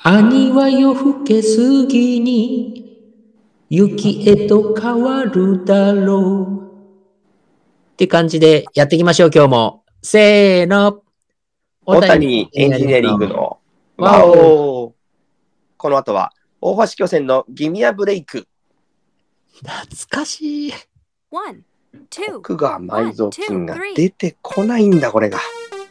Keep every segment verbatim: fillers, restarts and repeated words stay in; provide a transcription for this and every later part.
兄は夜更けすぎに雪へと変わるだろうって感じでやっていきましょう。今日もせーの。 大谷エンジニアリングのワオ。この後は大橋巨船のギミアブレイク。 懐かしい。 徳川埋蔵金が出てこないんだこれが。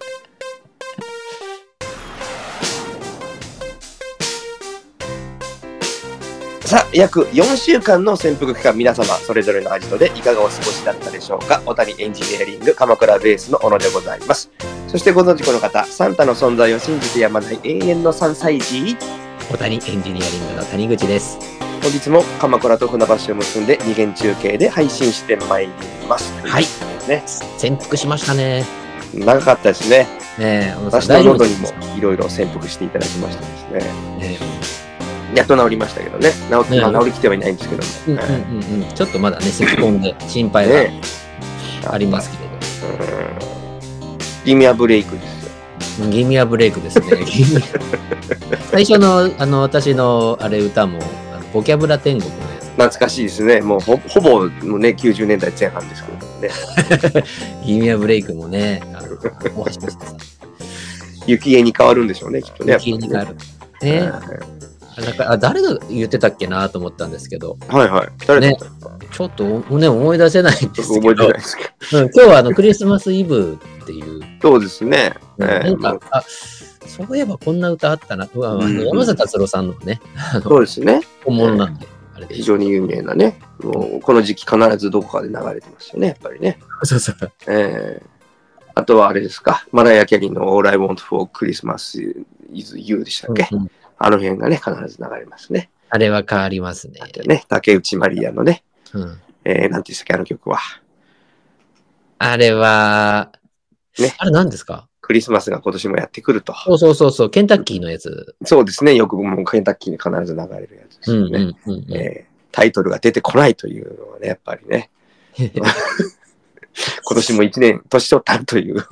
さあ約よんしゅうかんの潜伏期間、皆様それぞれのアジトでいかがお過ごしだったでしょうか。大谷エンジニアリング鎌倉ベースの小野でございます。そしてご存知この方、サンタの存在を信じてやまない永遠のさんさい児、 大谷エンジニアリングの谷口です。 本日も鎌倉と船橋を結んで二元中継で配信してまいります。 はい、ね、潜伏しましたね。 長かったですね。 ねえ、 私の喉にもいろいろ潜伏していただきましてですね。ねえ、やっと治りましたけどね。治って、ね、まあ、治りきてはいないんですけども、ね、 うんうんうん、ちょっとまだね咳込んで心配がありますけれど、 ね、ギミアブレイクですよ。 ギミアブレイクですね。最初のあの私のあれ歌もあのボキャブラ天国のやつ。 懐かしいですね。もう ほ, ほぼのねきゅうじゅうねんだいぜん半ですけどね。 ギミアブレイクもね、あの大橋さん。 雪絵に変わるんでしょうね、きっとね。 雪絵に変わる。ね。なんかあ誰が言ってたっけなと思ったんですけど。 はいはい。誰だったんですか、 ね、ちょっとね思い出せないんですけど。 覚えてないですけど。うん、今日はあのクリスマスイブっていう。 そうですね。 うん、なんか、あ、そういえばこんな歌あったな。うわ、うん、山下達郎さんのね。 そうですね。 本物なんで。 あれで非常に有名なね。もうこの時期必ずどこかで流れてますよね、やっぱりね。 そうそう。 えー、あとはあれですか、マライア・キャリーの All I Want for Christmas is You でしたっけ、うんうん、あの辺がね、必ず流れますね。 あれは変わりますね。 ね、竹内まりやのね、うん、えー、なんて言ったっけ、あの曲は。 あれは、ね、あれ何ですか？ クリスマスが今年もやってくると。 そうそうそうそう、ケンタッキーのやつ。 そうですね、よくもうケンタッキーに必ず流れるやつですよね。うんうんうんうん、えー、タイトルが出てこないというのはね、やっぱりね。今年も一年年取ったという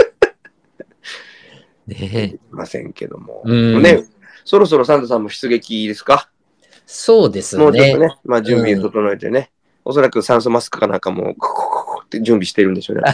ねえいませんけども、うん、ね、そろそろサンタさんも出撃ですか？ そうですね。 もうちょっとね、まあ準備を整えてね、うん、おそらく酸素マスクかなんかもココココって準備してるんでしょうね。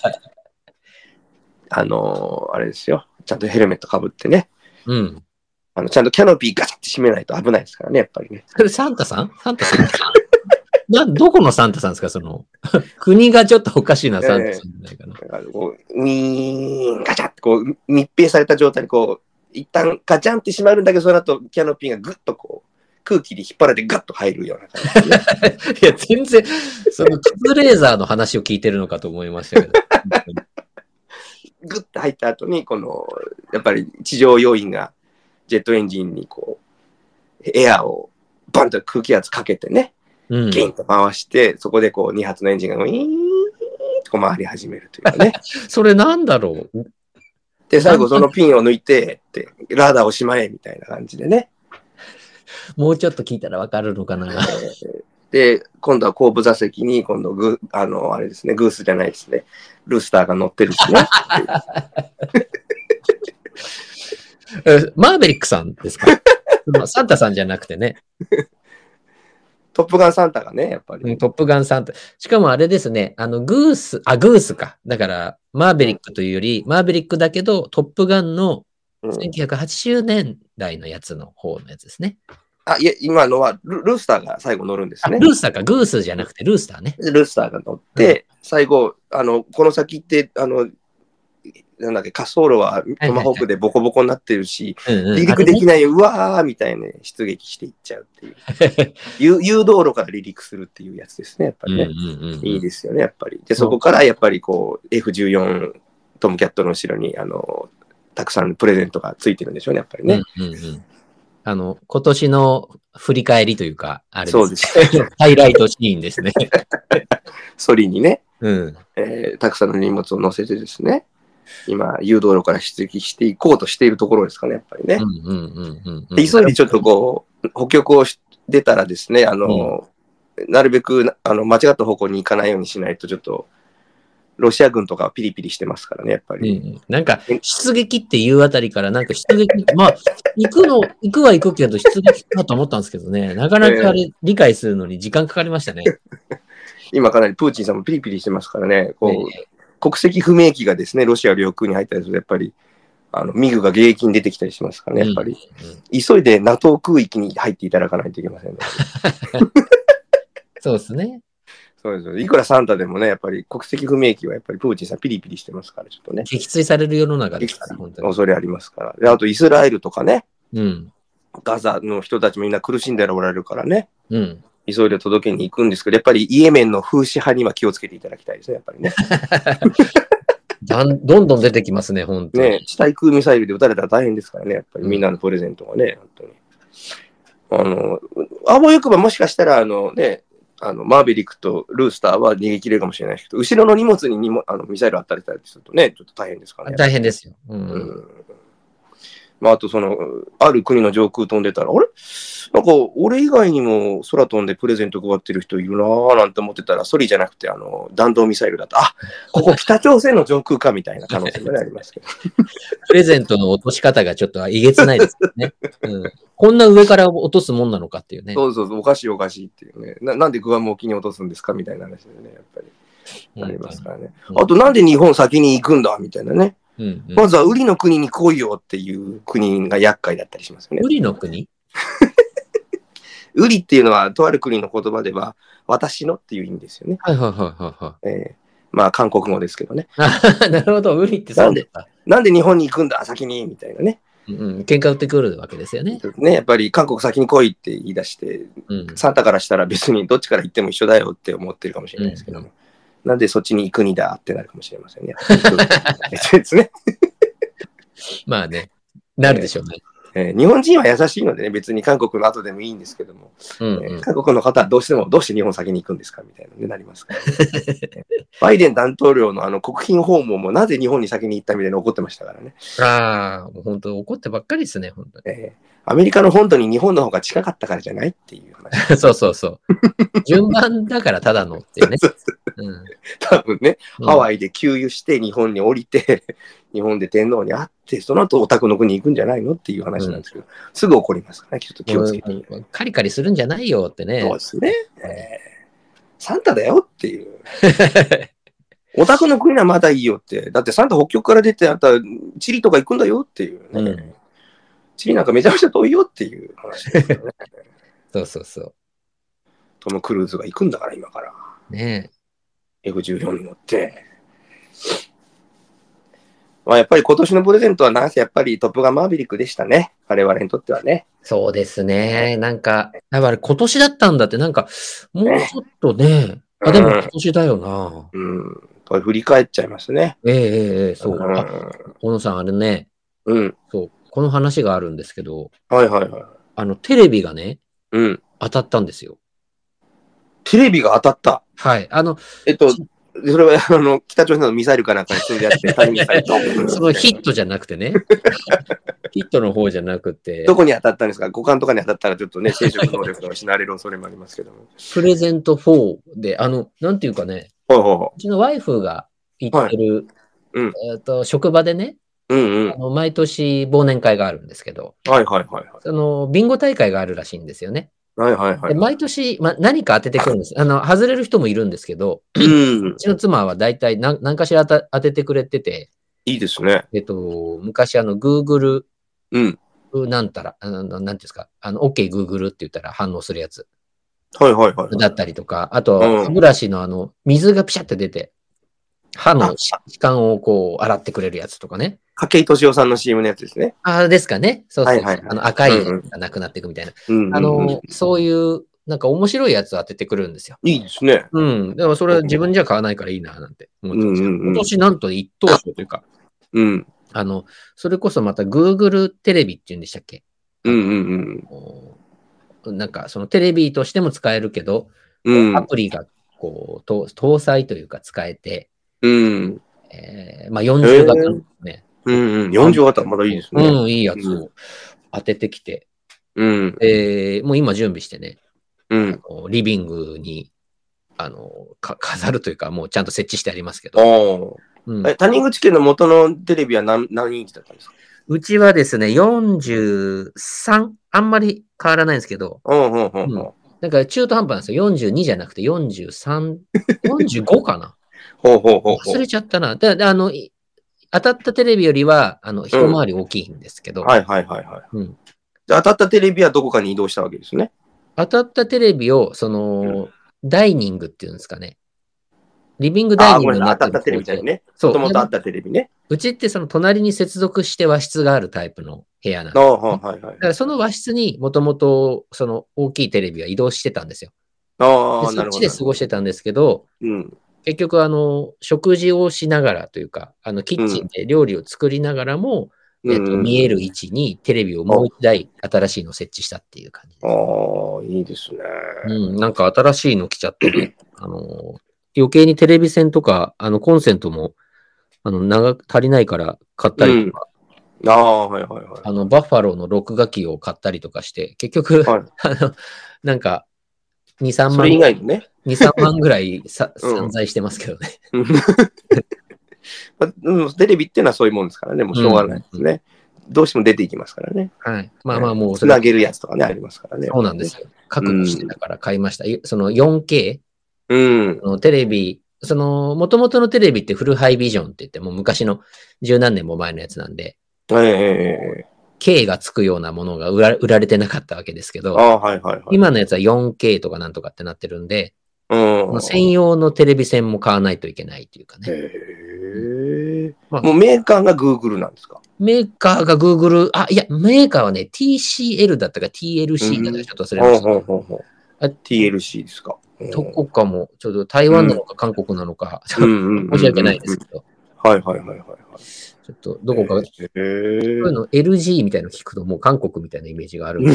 あのー、あれですよ、ちゃんとヘルメットかぶってね、うん、あのちゃんとキャノピーガチャって閉めないと危ないですからね、やっぱりね。 それサンタさん？サンタさんなどこのサンタさんですか？その国がちょっとおかしいなサンタさんじゃないかな。 えー、こうウィーンガチャってこう密閉された状態にこう一旦ガチャンって閉まるんだけど、その後キャノピーがぐっとこう空気に引っ張られてガッと入るような感じ、ね、 いや全然そのカズレーザーの話を聞いてるのかと思いましたけど。 ぐっと入った後にこのやっぱり地上要員がジェットエンジンにこうエアーをバンと空気圧かけてね。うん、ギンと回して、そこでこうに発のエンジンがウィーンとこう回り始めるというかね。 それなんだろう。 で、最後そのピンを抜いて、ってラダーをしまえみたいな感じでね。 もうちょっと聞いたらわかるのかな。 で、今度は後部座席に、今度グ、あの、あれですね、グースじゃないですね。ルースターが乗ってるしね。 マーベリックさんですか？サンタさんじゃなくてね。 トップガンサンタがね、やっぱり、 うん。トップガンサンタ。しかもあれですね、あの、グース、あ、グースか。だから、マーベリックというより、うん、マーベリックだけど、トップガンのせんきゅうひゃくはちじゅうねんだいのやつの方のやつですね。 あ、いや、今のはル、ルースターが最後乗るんですね。 ルースターか、グースじゃなくて、ルースターね。 ルースターが乗って、うん、最後、あの、この先って、あの、なんだっけ、滑走路はトマホークでボコボコになってるし、離陸できない、うわーみたいな出撃していっちゃうっていう。誘導路から離陸するっていうやつですね、やっぱりね。うんうんうん、いいですよね、やっぱり。で、そこからやっぱりこう、エフじゅうよん トムキャットの後ろに、あの、たくさんプレゼントがついてるんでしょうね、やっぱりね。うんうんうん、 あの、今年の振り返りというか、あれです。 そうです。 ハイライトシーンですね。 ソリにね、 うんえー、たくさんの荷物を乗せてですね、今、誘導路から出撃していこうとしているところですかね、やっぱりね。急いでちょっとこう、補強を出たらですね、あの、うん、なるべくあの間違った方向に行かないようにしないと、ちょっと、 ロシア軍とかはピリピリしてますからね、やっぱり。 うん、なんか、出撃っていうあたりから、なんか出撃、まあ、行くの、行くは行くけど、出撃かと思ったんですけどね、なかなかあれ、えー、理解するのに時間かかりましたね。 今かなりプーチンさんもピリピリしてますからね、こう、えー、国籍不明機がですね、ロシア領空に入ったりすると、やっぱり、あの、ミグが迎撃に出てきたりしますからね、やっぱり。うんうん、急いで ナトー 空域に入っていただかないといけませんね。 そうですね。 そうです。いくらサンタでもね、やっぱり国籍不明機はやっぱりプーチンさんピリピリしてますから、ちょっとね。 撃墜される世の中ですから、本当に。 恐れありますから。で、あとイスラエルとかね、 うん、 ガザの人たちもみんな苦しんでおられるからね、 うん、 急いで届けに行くんですけど、やっぱりイエメンの風刺派には気をつけていただきたいですね、やっぱりね。 どんどん出てきますね、本当に。 ね、地対空ミサイルで撃たれたら大変ですからね、やっぱりみんなのプレゼントがね、うん、本当に。あの、あわよくばもしかしたら、あのね、あのマーベリックとルースターは逃げ切れるかもしれないですけど、後ろの荷物ににもあのミサイル当たれたりするとね、ちょっと大変ですからね。 大変ですよ。うん、 うん、まあ、あとその、ある国の上空飛んでたら、あれなんか、俺以外にも空飛んでプレゼント配ってる人いるなぁなんて思ってたら、ソリじゃなくて、あの、弾道ミサイルだった。あ、ここ北朝鮮の上空かみたいな可能性もありますけど。 プレゼントの落とし方がちょっとえげつないですね、うん。こんな上から落とすもんなのかっていうね。 そうそうそう、おかしいおかしいっていうね。な, なんでグアム沖に落とすんですかみたいな話でね、やっぱり。ありますからね。うん、あと、なんで日本先に行くんだみたいなね。うんうん、まずは、ウリの国に来いよっていう国が厄介だったりしますよね。 ウリの国ウリっていうのは、とある国の言葉では、私のっていう意味ですよね。 はいはいはいはい、はい。 えー、まあ、韓国語ですけどね。 なるほど、ウリってそうなんで、なんで日本に行くんだ、先にみたいなね。 うんうん、喧嘩売ってくるわけですよね。 ね、やっぱり韓国先に来いって言い出して、うん、サンタからしたら別にどっちから行っても一緒だよって思ってるかもしれないですけども、うんうん、なんでそっちに行くにだってなるかもしれませんね。ですね。 まあね、なるでしょうね。 えー、日本人は優しいのでね、別に韓国の後でもいいんですけども、うんうん、えー、韓国の方はどうしても、どうして日本先に行くんですかみたいなね、なりますから、ね。バイデン大統領のあの国賓訪問もなぜ日本に先に行ったみたいに怒ってましたからね。 ああ、もう本当怒ってばっかりですね、本当に。 えー、アメリカの本土に日本の方が近かったからじゃないっていう話。そうそうそう。順番だからただのっていうね。そうそうそう、 うん、多分ね、うん、ハワイで給油して日本に降りて、日本で天皇に会って、その後お宅の国に行くんじゃないのっていう話なんですけど、うん、すぐ怒りますからね、ちょっと気をつけて、 うん。カリカリするんじゃないよってね。 そうですね。えー、サンタだよっていう。お宅の国はまだいいよって。だってサンタ北極から出て、あんたチリとか行くんだよっていうね。うん、チリなんかめちゃめちゃ遠いよっていう話ですよね。 そうそうそう。 トム・クルーズが行くんだから、今から。 ねえ。エフじゅうよん に乗って。まあ、やっぱり今年のプレゼントはなんせやっぱりトップガンマーヴェリックでしたね。我々にとってはね。 そうですね。なんか、やっぱり今年だったんだって、なんか、もうちょっとね、ねあ、でも今年だよな。 うん。うん、振り返っちゃいますね。 ええええ、そう。うん、あ、小野さん、あれね。 うん。 そう。この話があるんですけど。 はいはいはい。 あの、テレビがね、 うん。 当たったんですよ。 テレビが当たった。 はい。あの、 えっと、それは、あの、北朝鮮のミサイルかなんかに積んであって、 そのヒットじゃなくてね。ヒットの方じゃなくて。 どこに当たったんですか？五感とかに当たったらちょっとね、生殖能力が失われる恐れもありますけども。 プレゼントフォーで、あの、なんていうかね、 ほうほうほう、 うちのワイフが行ってる、はい、うん、えーと、職場でね、 うんうん、 あの毎年忘年会があるんですけど、 はいはいはい、はい。 その、ビンゴ大会があるらしいんですよね。 はいはいはい。 毎年、ま、何か当ててくるんです。あの、外れる人もいるんですけど、うん、うちの妻は大体何、何かしら当ててくれてて、 いいですね。 えっと、昔あの、Google、 うん。 なんたら、あの、なんていうんですか、あの、OK Google って言ったら反応するやつ。 はいはいはい。 だったりとか、あと、歯ブラシのあの、水がピシャって出て、歯の歯間をこう、洗ってくれるやつとかね。 筧敏夫さんの シーエム のやつですね。 ああ、ですかね。そうそう。はいはいはい、あの赤いやつがなくなっていくみたいな。うんうん、あの、そういう、なんか面白いやつを当ててくるんですよ。 いいですね。 うん。でもそれは自分じゃ買わないからいいな、なんて思ってます。今年なんと一等賞というか、 うん。 あの、それこそまた Google テレビっていうんでしたっけ？ うんうんうん。なんかそのテレビとしても使えるけど、うん、アプリがこう搭載というか使えて、 うん。 えー、まあよんじゅう型のね。 うんうん。よんじゅう型まだいいですね。 うん、いいやつを当ててきて。うん。えー、もう今準備してね。うん。リビングにあの、か飾るというか、もうちゃんと設置してありますけど。 うん、え谷口家の元のテレビは何、何インチだったんですか？ うちはですね、よんじゅうさん、あんまり変わらないんですけど、 うんうんうんうん。 だから中途半端なんですよ。よんじゅうにじゃなくてよんじゅうさん、よんじゅうごかな。 ほうほうほうほう。 忘れちゃったな。で、であの、当たったテレビよりは、あの、一回り大きいんですけど。 うん、はいはいはいはい。 うん、 当たったテレビはどこかに移動したわけですね。 当たったテレビを、その、うん、ダイニングっていうんですかね。リビングダイニングになってる。 当たったテレビじゃね。 そう。 もともとあったテレビね。 うちってその隣に接続して和室があるタイプの部屋なんです、ね。はいはいはい、だからその和室にもともとその大きいテレビは移動してたんですよ。 ああ、 そっちで過ごしてたんですけど、 うん、 結局あの食事をしながらというか、あのキッチンで料理を作りながらも、うん、えっと、見える位置にテレビをもう一台新しいの設置したっていう感じです。 ああ、いいですね。 うん、なんか新しいの来ちゃって、ね、あの余計にテレビ線とかあのコンセントもあの長く足りないから買ったりとか、 うん、ああ、はいはいはい。 あの、バッファローの録画機を買ったりとかして、結局、はい、あの、なんか、に、さんまん。 それ以外のね。 に、さんまんぐらいさ、うん、散財してますけどね。 うん、テレビっていうのはそういうもんですからね、もうしょうがないですね。うん、どうしても出ていきますからね。 はい。まあまあもうつなげるやつとかね、ありますからね。 そうなんですよ。覚悟してたから買いました。うん、その よんケー、うん、 のテレビ、その、元々のテレビってフルハイビジョンって言って、もう昔の十何年も前のやつなんで、えー、K がつくようなものが売ら、売られてなかったわけですけど、 あ、はいはいはい、 今のやつは よんケー とかなんとかってなってるんで、 うん、 専用のテレビ線も買わないといけないというかね。 へえ、まあ。もうメーカーが Google なんですか？ メーカーが Google、あ、いや、メーカーはね、ティーシーエル だったか ティーエルシー だったかちょっと忘れました。ほうほうほうほう ティーエルシー ですか。 どこかも、ちょっと台湾なのか韓国なのか、申し訳ないですけど。 はいはいはいはい。 ちょっとどこか、そういうの エルジー みたいなの聞くともう韓国みたいなイメージがある。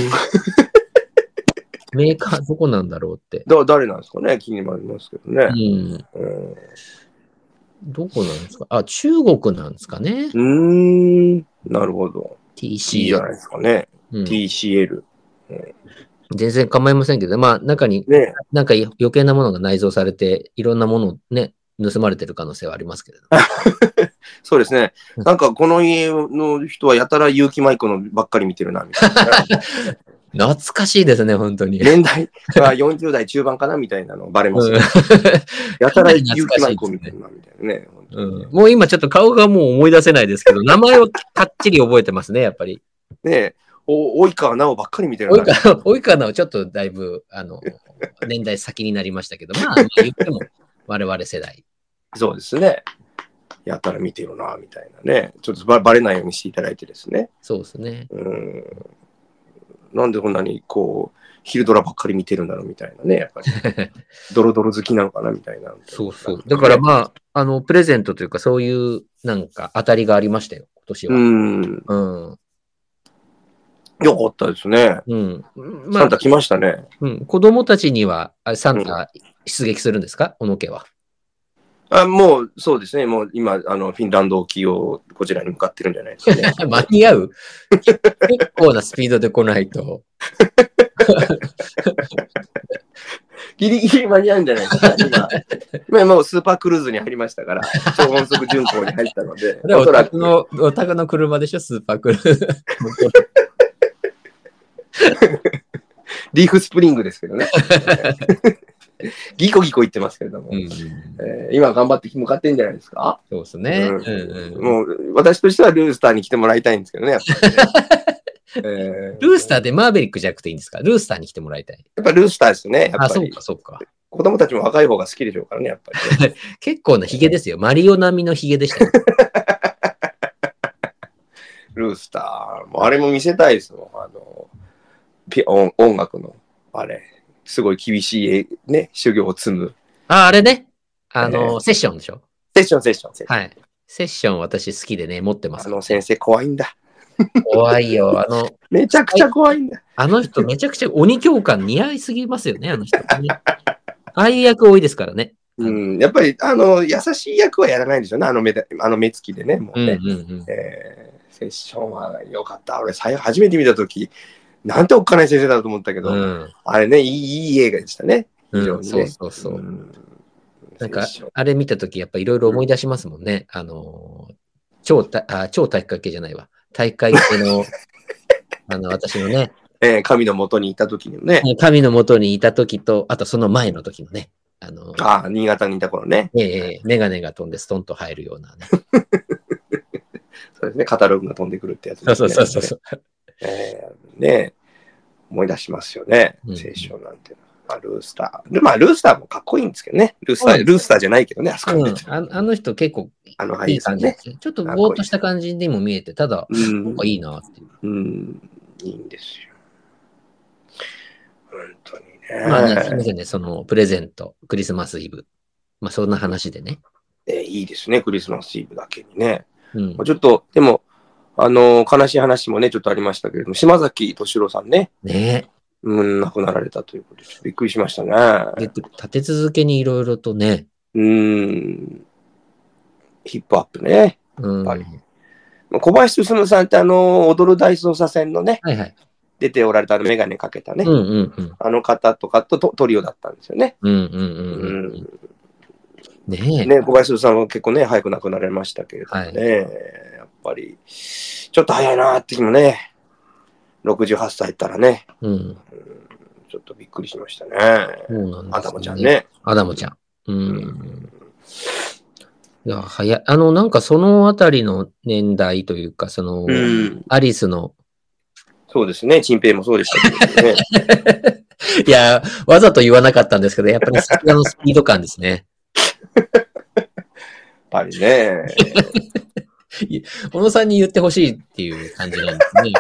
メーカーどこなんだろうって。 だ誰なんですかね、気になりますけどね。うんうんどこなんですか？あ、中国なんですかね。 うーん、なるほど。 ティーシーエル。 いいじゃないですかね。うん、ティーシーエル、 うん。全然構いませんけど、まあ中に、ね、なんか余計なものが内蔵されて、いろんなものをね、盗まれてる可能性はありますけれど。 そうですね。なんかこの家の人はやたら有機マイクのばっかり見てるな、みたいな。 懐かしいですね、本当に。 年代はよんじゅう代中盤かなみたいなのバレますね。やたら有機マイクを見てるな、みたいなね、 うん。もう今ちょっと顔がもう思い出せないですけど、名前をかっちり覚えてますね、やっぱり。 ねえ、お及川直ばっかり見てるな。及川直ちょっとだいぶ、あの、年代先になりましたけど、まあ、まあ、言っても我々世代。 そうですね。やったら見てるな、みたいなね。ちょっとばバレないようにしていただいてですね。 そうですね。 うんなんでこんなにこう、昼ドラばっかり見てるんだろうみたいなね、やっぱり。ドロドロ好きなのかなみたいな。 そうそう。だからまあ、あの、プレゼントというか、そういうなんか当たりがありましたよ、今年は。うん。うん。 よかったですね。うん。まあ、サンタ来ましたね。 うん。子供たちには、サンタ出撃するんですか、小野家は。 あもう、そうですね。もう今、あの、フィンランド沖をこちらに向かってるんじゃないですかね。 間に合う結構なスピードで来ないと。 ギリギリ間に合うんじゃないですか、今。今もうスーパークルーズに入りましたから、超音速巡航に入ったので。 お宅の、お宅の車でしょ、スーパークルーズ。 リーフスプリングですけどね。ギコギコ言ってますけれども、うんえー、今頑張って向かってんじゃないですか。 そうですね、うんうん、もう私としてはルースターに来てもらいたいんですけどね、やっぱりねえー、ルースターでマーベリックじゃなくていいんですか？ルースターに来てもらいたい。 やっぱルースターですよね、やっぱり。 あ、そうか、そうか。 子供たちも若い方が好きでしょうからね、やっぱり、ね。 結構なヒゲですよ。マリオ並みのヒゲでした、ね。 ルースター、もうあれも見せたいですもん。あのピ音音楽の、あれ。すごい厳しい、ね、修行を積む。 あ、あれね。あの、えー、セッションでしょ？ セッション、セッション、セッション。 はい。セッション私好きでね、持ってます。 あの先生怖いんだ。 怖いよ。あの、 めちゃくちゃ怖いんだ。 あの人めちゃくちゃ鬼教官似合いすぎますよね、あの人、ね。ああいう役多いですからね。 うん、やっぱり、あの、優しい役はやらないんですよね、あの目で、あの目つきでね、もうね。うんうんうんえー、セッションは良かった。俺、初めて見たとき、なんておっかない先生だと思ったけど、うん、あれねいい、いい映画でしたね。 非常にね。 うん、そうそうそう。うん、なんか、あれ見たとき、やっぱいろいろ思い出しますもんね。うん、あの、超たあ、超体育会系じゃないわ。大会系の、あの、私のね。 えー、神の元にいたときにね。 神の元にいたときと、あとその前のときのね。あの、 ああ、新潟にいた頃ね。 ええー、メガネが飛んでストンと入るようなね。 そうですね、カタログが飛んでくるってやつですね。そうそうそうそう。 えー、ね思い出しますよね。青春なんて。まあ、ルースター。で、まあ、ルースターもかっこいいんですけどね。ルースター、ルースターじゃないけどね、あそこ、 うん、あ。あの人結構あのいい感じですね。ちょっとぼーっとした感じにも見えて、ただ、 うん、 なんかいいなっていう。 うん、いいんですよ。本当にね。 まあね、すみませんね、そのプレゼント、クリスマスイブ。まあそんな話でね。 えー、いいですね、クリスマスイブだけにね。 うん、 ちょっと、でも、あのー、悲しい話もね、ちょっとありましたけれども、島崎敏郎さんね。 ねうん、亡くなられたということで、びっくりしましたね。 で、立て続けにいろいろとね。 うん、ヒップアップね。やっぱり。うん、小林進さんってあの、踊る大捜査線のね、 はいはい、 出ておられたメガネかけたね、 うんうんうん、 あの方とかとトリオだったんですよね。 うんうんうんうん。ねえ。 ね、小林さんは結構ね、早く亡くなられましたけれどもね、はい、やっぱり、ちょっと早いなって気もね、ろくじゅうはっさいいったらね、 うん、うん、 ちょっとびっくりしましたね。そうなんですね。アダモちゃんね。 アダモちゃん。うん。うんいや、早い。あの、なんかそのあたりの年代というか、その、うん、アリスの。 そうですね。チンペイもそうでしたけどね。 いや、わざと言わなかったんですけど、やっぱりさすがのスピード感ですね。 やっぱりね。 小野さんに言ってほしいっていう感じなんですね。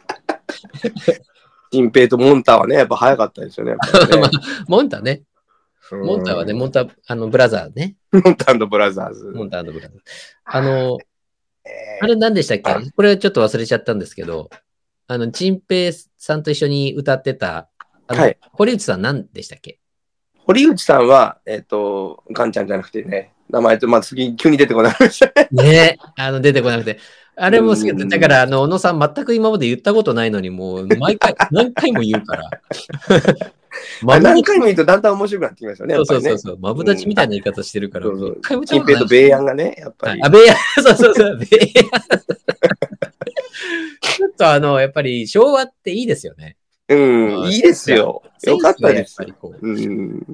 チンペイとモンタはね、やっぱ早かったですよね。ねまあ、モンタね。モンタはね、モンタ、あの、ブラザーね。 モンタ&ブラザーズ。 モンタ&ブラザーズ。あの、えー、あれ何でしたっけ？これちょっと忘れちゃったんですけど、あの、チンペイさんと一緒に歌ってた、あの、はい、堀内さん何でしたっけ？ 堀内さんは、えっ、ー、と、ガンちゃんじゃなくてね、名前と、まあ、次、急に出てこなくて。 ねあの、出てこなくて。あれも好きだった。だから、あの、小野さん、全く今まで言ったことないのに、もう、毎回、何回も言うから。 何回も言うとだんだん面白くなってきますよね。 そうそうそうそう。まぶたちみたいな言い方してるから。 そうそう。チンペイとベイヤンがね、やっぱり。 あ、ベイヤン、そうそうそう、ベイヤン。ちょっとあの、やっぱり昭和っていいですよね。 うん、いいですよ。よかったです。やっぱりこう、うん、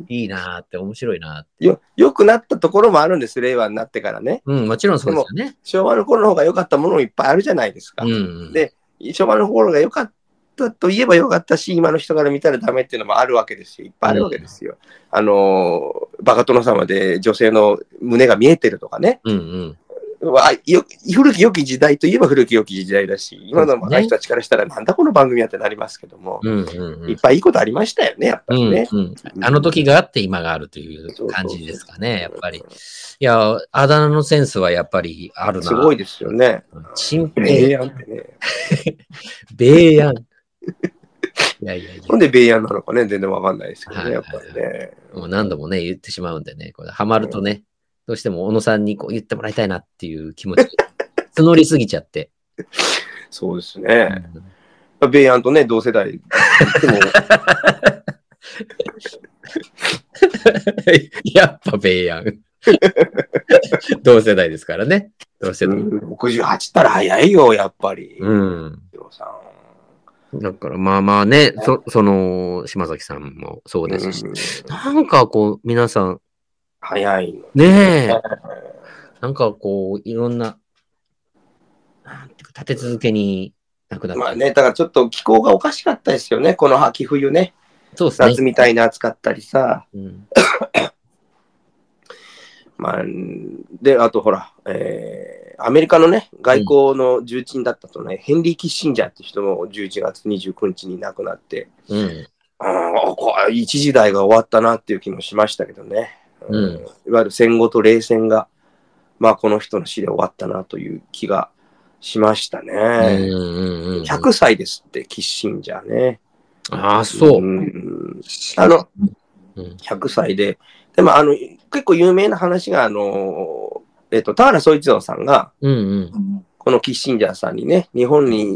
いいなーって、面白いなーって。 よ、よくなったところもあるんです、令和になってからね。 うん、もちろんそうですよね。 昭和の頃の方が良かったものもいっぱいあるじゃないですか。うんうん、で、昭和の頃が良かったといえば良かったし、今の人から見たらダメっていうのもあるわけですよ。いっぱいあるわけですよ。うん、あの、バカ殿様で女性の胸が見えてるとかね。うんうんよ古き良き時代といえば古き良き時代だし、今の若い人たちからしたら、なんだこの番組やってなりますけども、うんうんうん、いっぱいいいことありましたよね、やっぱりね。 うんうん、あの時があって今があるという感じですかね、やっぱり。いや、あだ名のセンスはやっぱりあるな。 すごいですよね。 チンペイ。 ベイヤンってね。 ベイヤン。いやいやいや。なんでベイヤンなのかね、全然わかんないですけどね、やっぱりね。 もう何度もね、言ってしまうんでね、これハマるとね。どうしても小野さんにこう言ってもらいたいなっていう気持ち募りすぎちゃって。 そうですね。うん、ベイヤンとね、同世代。 やっぱベイヤン。同世代ですからね。同世代。 ろくじゅうはちったら早いよ、やっぱり。 うん。だからまあまあね、そ, その島崎さんもそうですし、うん、なんかこう皆さん、 早いの。 ねえ。なんかこう、いろんな、なんていうか、立て続けに亡くなった。 まあね、だからちょっと気候がおかしかったですよね、この秋冬ね。 そうですね。 夏みたいに暑かったりさ。うん、まあ、で、あとほら、えー、アメリカのね、外交の重鎮だったとね、うん、ヘンリー・キッシンジャーって人もじゅういちがつにじゅうくにちに亡くなって、うん、ああ、一時代が終わったなっていう気もしましたけどね。うん、いわゆる戦後と冷戦が、まあ、この人の死で終わったなという気がしましたね。ひゃくさいですって、キッシンジャーね。 ああ、そう。うん、 あの、ひゃくさいで、でもあの結構有名な話が、あの、えっと、田原総一郎さんが、うんうん、このキッシンジャーさんにね、日本に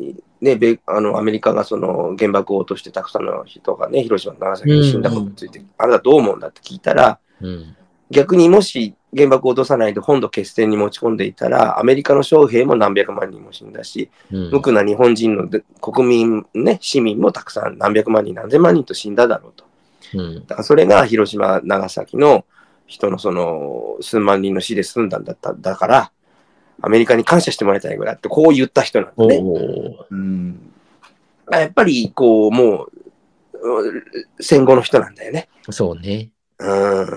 ね、米あのアメリカがその原爆を落としてたくさんの人がね、広島、長崎に死んだことについて、うんうん、あれはどう思うんだって聞いたら、うん、逆にもし原爆を落とさないで本土決戦に持ち込んでいたら、アメリカの将兵も何百万人も死んだし、うん、無垢な日本人の国民、ね、市民もたくさん何百万人、何千万人と死んだだろうと。うん、だからそれが広島、長崎の人のその数万人の死で済んだんだった。だから、アメリカに感謝してもらいたいぐらいってこう言った人なんだね。うん、やっぱりこうもう戦後の人なんだよね。 そうね。 うん、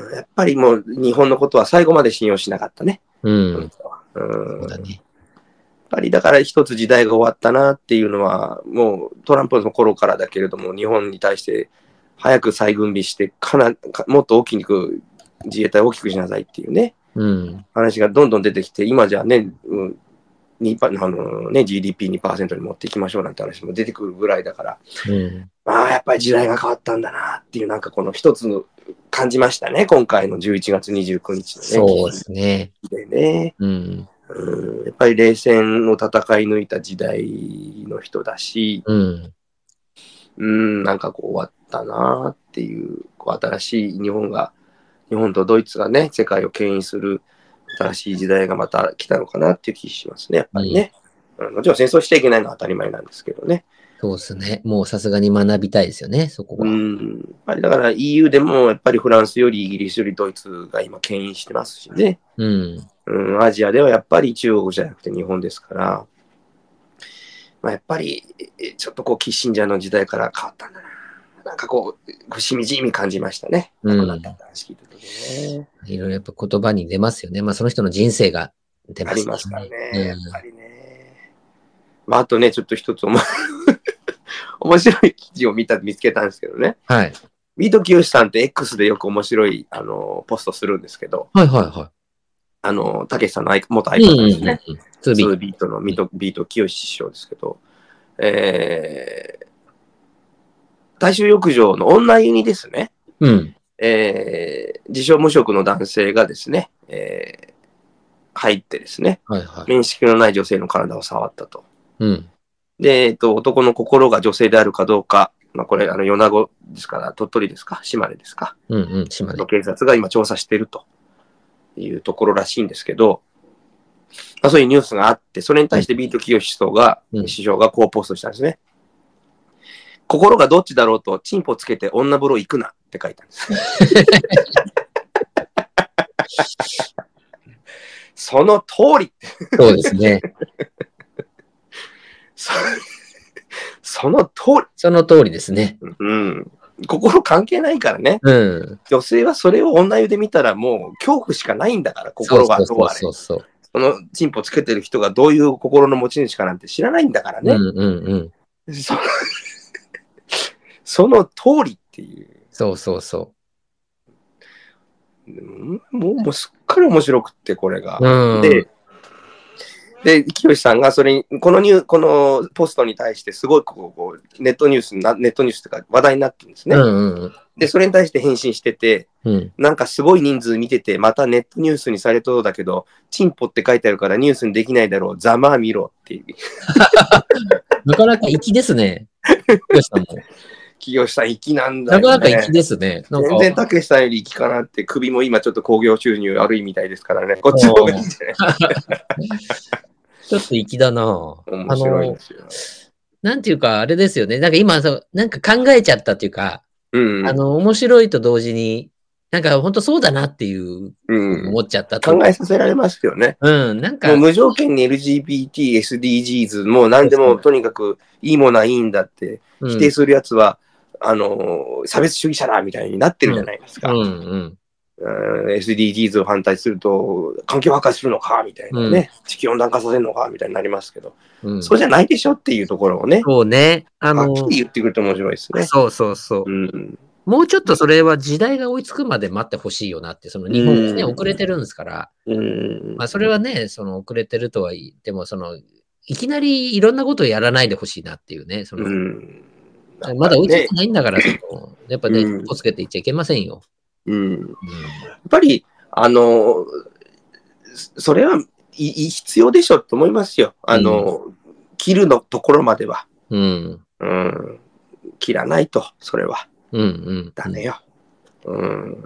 やっぱりもう日本のことは最後まで信用しなかったね。 うん。うん、 そうだね。やっぱりだから一つ時代が終わったなっていうのはもうトランプの頃からだけれども、日本に対して早く再軍備してかなかもっと大きく自衛隊を大きくしなさいっていうね。うん、話がどんどん出てきて、今じゃね、うん、にあのね ジーディーピーにパーセント に持っていきましょうなんて話も出てくるぐらいだから、うん、まあやっぱり時代が変わったんだなっていう、なんかこの一つの感じましたね、今回のじゅういちがつにじゅうくにちのね。 そうですね。 でね、うんうん、やっぱり冷戦を戦い抜いた時代の人だし、うん、うんなんかこう終わったなっていう、こう新しい日本が、日本とドイツがね、世界を牽引する新しい時代がまた来たのかなっていう気がしますね、やっぱりね。うん、もちろん戦争しちゃいけないのは当たり前なんですけどね。 そうですね。もうさすがに学びたいですよね、そこは。 うん。やっぱりだから イーユー でもやっぱりフランスよりイギリスよりドイツが今牽引してますしね。うん。うん、アジアではやっぱり中国じゃなくて日本ですから、まあ、やっぱりちょっとこうキッシンジャーの時代から変わったんだな。なんかこう、しみじみ感じましたね。 うん。 亡くなった話聞いた時ね。 いろいろやっぱ言葉に出ますよね。まあその人の人生が出ますね。 ありますからね。うん、やっぱりね。まああとね、ちょっと一つ面白い記事を見た、見つけたんですけどね。 はい。 ビートきよしさんって X でよく面白い、あの、ポストするんですけど。 はいはいはい。 あの、たけしさんの元相方ですね。ツービートのビートきよし師匠ですけど。えー、大衆浴場の女湯にですね、うん、えー、自称無職の男性がですね、えー、入ってですね、はいはい、面識のない女性の体を触ったと。うん、で、えっと、男の心が女性であるかどうか、まあ、これ、あの、米子ですから、鳥取ですか、島根ですか、うんうん、島根の警察が今調査しているというところらしいんですけど、まあ、そういうニュースがあって、それに対してビートきよし師匠が、うん、師匠がこうポストしたんですね。心がどっちだろうと、チンポつけて女風呂行くなって書いたんです。その通り。 そうですね。 そ, その通り。 その通りですね。 うん。心関係ないからね。うん。女性はそれを女湯で見たらもう恐怖しかないんだから、心がどうあれ。そうそうそうそう。そのチンポつけてる人がどういう心の持ち主かなんて知らないんだからね。うんうんうん。そその通りっていう。 そうそうそう。 もう、もうすっかり面白くって、これが。うん、で、で、きよしさんがそれに、このニュー、このポストに対してすごいこう、こうネットニュースな、ネットニュースとか話題になってるんですね。うんうんうん、で、それに対して返信してて、うん、なんかすごい人数見てて、またネットニュースにされそうだけど、チンポって書いてあるからニュースにできないだろう、ざまあ見ろっていう。 なかなか粋ですね。きよしさんも。 きよしさん粋なんだよね。 なかなか粋ですね。 なんか全然たけしさんより粋かなって、首も今ちょっと興行収入悪いみたいですからね。こっちの方がいいんじゃないちょっと粋だなぁ。 面白いんですよ。 なんていうか、あれですよね。なんか今、なんか考えちゃったっていうか、うんうん、あの、面白いと同時に、なんか本当そうだなっていう、思っちゃった、 うん。考えさせられますよね。 うん、なんか。 もう無条件に エルジービーティー、エスディージーズ、もう何でもとにかくいいものはいいんだって、否定するやつは、うん、あの、差別主義者だみたいになってるじゃないですか。うんうんうん、エスディージーズ を反対すると、環境破壊するのかみたいなね、うん、地球温暖化させるのかみたいになりますけど、うん、そうじゃないでしょっていうところをね、 そうね。あのー、 はっきり言ってくると面白いですね。 そうそうそう。うん、もうちょっとそれは時代が追いつくまで待ってほしいよなって、その日本がね、遅れてるんですから、うんまあ、それはね、その遅れてるとは言っても、その、いきなりいろんなことをやらないでほしいなっていうね、その、うんまだ追いついてないんだから、そのやっぱね、うん、気をつけていっちゃいけませんよ。うん、 やっぱり、あの、それはい必要でしょと思いますよ。あの、うん、切るのところまでは。 うん。 うん。切らないと、それは。 うんうん。 ダメよ。うん。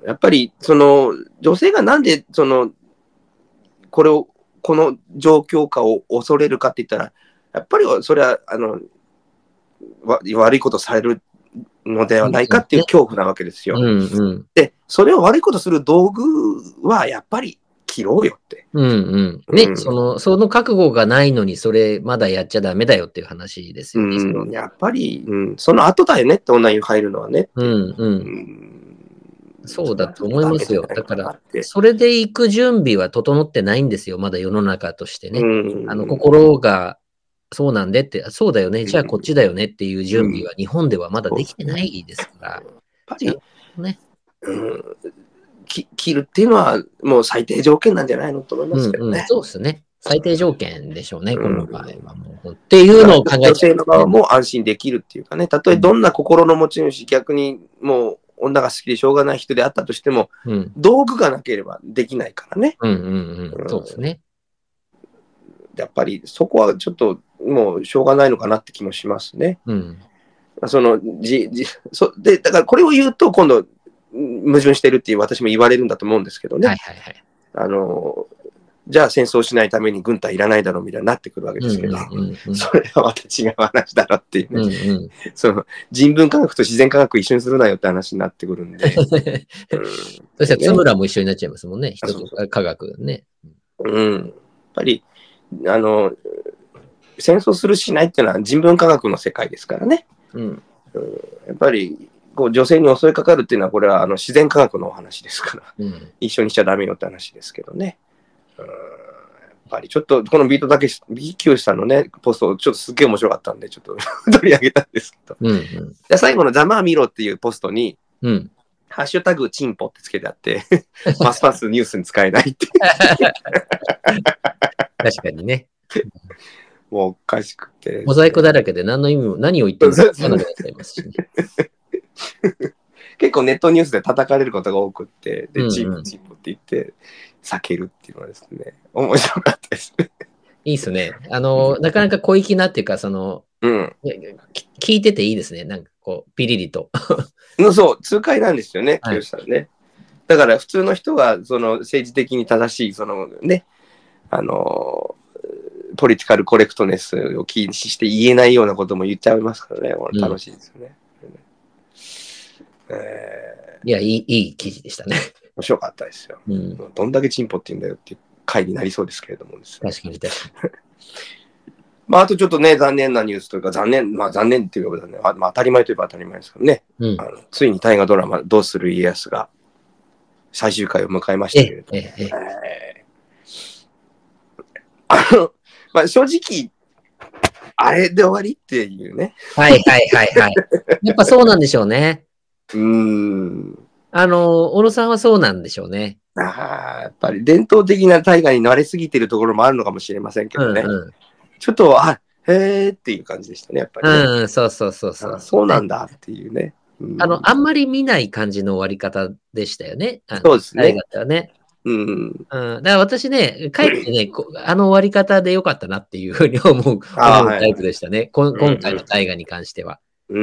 やっぱり、その、女性がなんで、その、これを、この状況下を恐れるかって言ったら、やっぱりそれは、あの、わ悪いことされるのではないかっていう恐怖なわけですよ。 うんうん。 で、それを悪いことする道具はやっぱり切ろうよって。 うんうん。ね、うん、その、その覚悟がないのに、それまだやっちゃダメだよっていう話ですよね。 うん、やっぱり、うん、その後だよねって、女湯入るのはね。 うんうん。 うんそうだと思いますよ。だから、それで行く準備は整ってないんですよ。まだ世の中としてね。あの、心が、そうなんでって、そうだよね。じゃあこっちだよねっていう準備は日本ではまだできてないですから。やっぱり、 ね。 うん、切るっていうのはもう最低条件なんじゃないのと思いますけどね。 うんうん、そうですね。最低条件でしょうね、この場合はもう。っていうのを考えて、ね、 女性の側も安心できるっていうかね、たとえどんな心の持ち主、逆にもう女が好きでしょうがない人であったとしても、うん、道具がなければできないからね。 うんうんうん。そうですね。 やっぱりそこはちょっともうしょうがないのかなって気もしますね。 うん。 そのじじそでだからこれを言うと今度矛盾してるっていう私も言われるんだと思うんですけどね。 はいはいはい。 あのじゃあ戦争しないために軍隊いらないだろうみたいになってくるわけですけど、それはまた違う話だろっていうね、うんうん、その人文科学と自然科学一緒にするなよって話になってくるんで。うん、 そしたら津村も一緒になっちゃいますもんね、人と科学ね。 うん。やっぱり、あの、戦争するしないっていうのは人文科学の世界ですからね。うん、うん、やっぱりこう女性に襲いかかるっていうのはこれはあの自然科学のお話ですから、うん、一緒にしちゃダメよって話ですけどね。うん、やっぱりちょっとこのビートだけ ビーキュー さんのねポストちょっとすっげえ面白かったんでちょっと取り上げたんですけど、うんうん、じゃ最後のざまあみろっていうポストに、うん、ハッシュタグチンポってつけてあってますますニュースに使えないって確かにね。 もうおかしくて。 モザイクだらけで何の意味も、何を言ってるのか分からなくなっちゃいますしね。 結構ネットニュースで叩かれることが多くって、で、チンポチンポって言って避けるっていうのはですね、面白かったですね。 いいっすね。あの、なかなか小粋なっていうか、その、うん、聞いてていいですね。なんかこう、ピリリと。 そう、痛快なんですよね、清さんね。だから普通の人が、その政治的に正しい、そのね、あの、ポリティカルコレクトネスを禁止して言えないようなことも言っちゃいますからね。楽しいですよね。 うんえー、いやいい、いい記事でしたね。 面白かったですよ。うん、どんだけチンポって言うんだよっていう回になりそうですけれどもですね。 確かに確かに。 まあ、あとちょっとね、残念なニュースというか、残念、まあ残念っていうか、ね、まあ当たり前といえば当たり前ですけどね。うん、あのついに大河ドラマ、どうする家康が最終回を迎えましたけれども。えええー、あの、まあ正直、あれで終わりっていうね。 はいはいはいはい。やっぱそうなんでしょうね。うーん。あの、小野さんはそうなんでしょうね。 ああ、やっぱり伝統的な大河に慣れすぎてるところもあるのかもしれませんけどね。うんうん、ちょっと、あ、へーっていう感じでしたね、やっぱり、ね。 うん、そうそうそうそう。 そうなんだっていうね。 うん、あの、あんまり見ない感じの終わり方でしたよね。 そうですね。 大河はね。うん。うん。だから私ね、かえってね、あの終わり方でよかったなっていうふうに思う、思うタイプでしたね。はいはい、今回の大河に関しては。うん。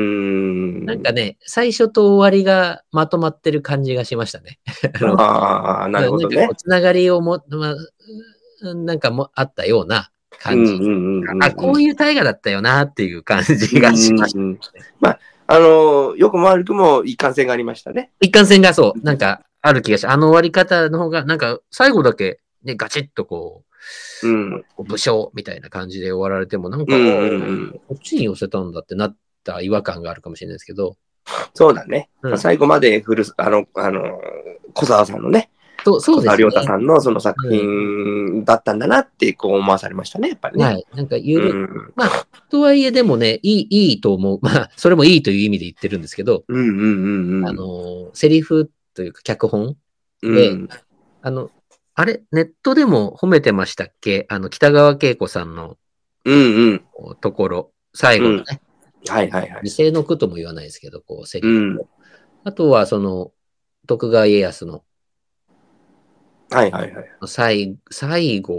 なんかね、最初と終わりがまとまってる感じがしましたね。 ああ、なるほどね。 なんかつながりをも、まあ、なんかもあったような感じ。あ、こういう大河だったよなっていう感じがしました、ね。うんうん、 まあ、あのー、よくも悪くも一貫性がありましたね。 一貫性がそう、なんかある気がし、あの終わり方の方が、なんか最後だけ、ね、ガチッとこう、うん、武将みたいな感じで終わられても、なんか、うんうんうん、こっちに寄せたんだってなった違和感があるかもしれないですけど。 そうだね。うん、最後まで古あの、あの、小沢さんのね、 そうそうですね、小沢亮太さんのその作品だったんだなってこう思わされましたね、やっぱりね。 はい。なんかゆる、うん、まあ、とはいえでもね、いい、いいと思う。まあ、それもいいという意味で言ってるんですけど、うんうんうんうん、あの、セリフというか脚本で、うん、あの、あれ、ネットでも褒めてましたっけ？あの、北川景子さんの、うんうん、ところ、最後のね、 うん、はいはいはい。 犠牲の句とも言わないですけど、こう、セリフ、うん。あとは、その、徳川家康の、 はいはいはい。 最、最後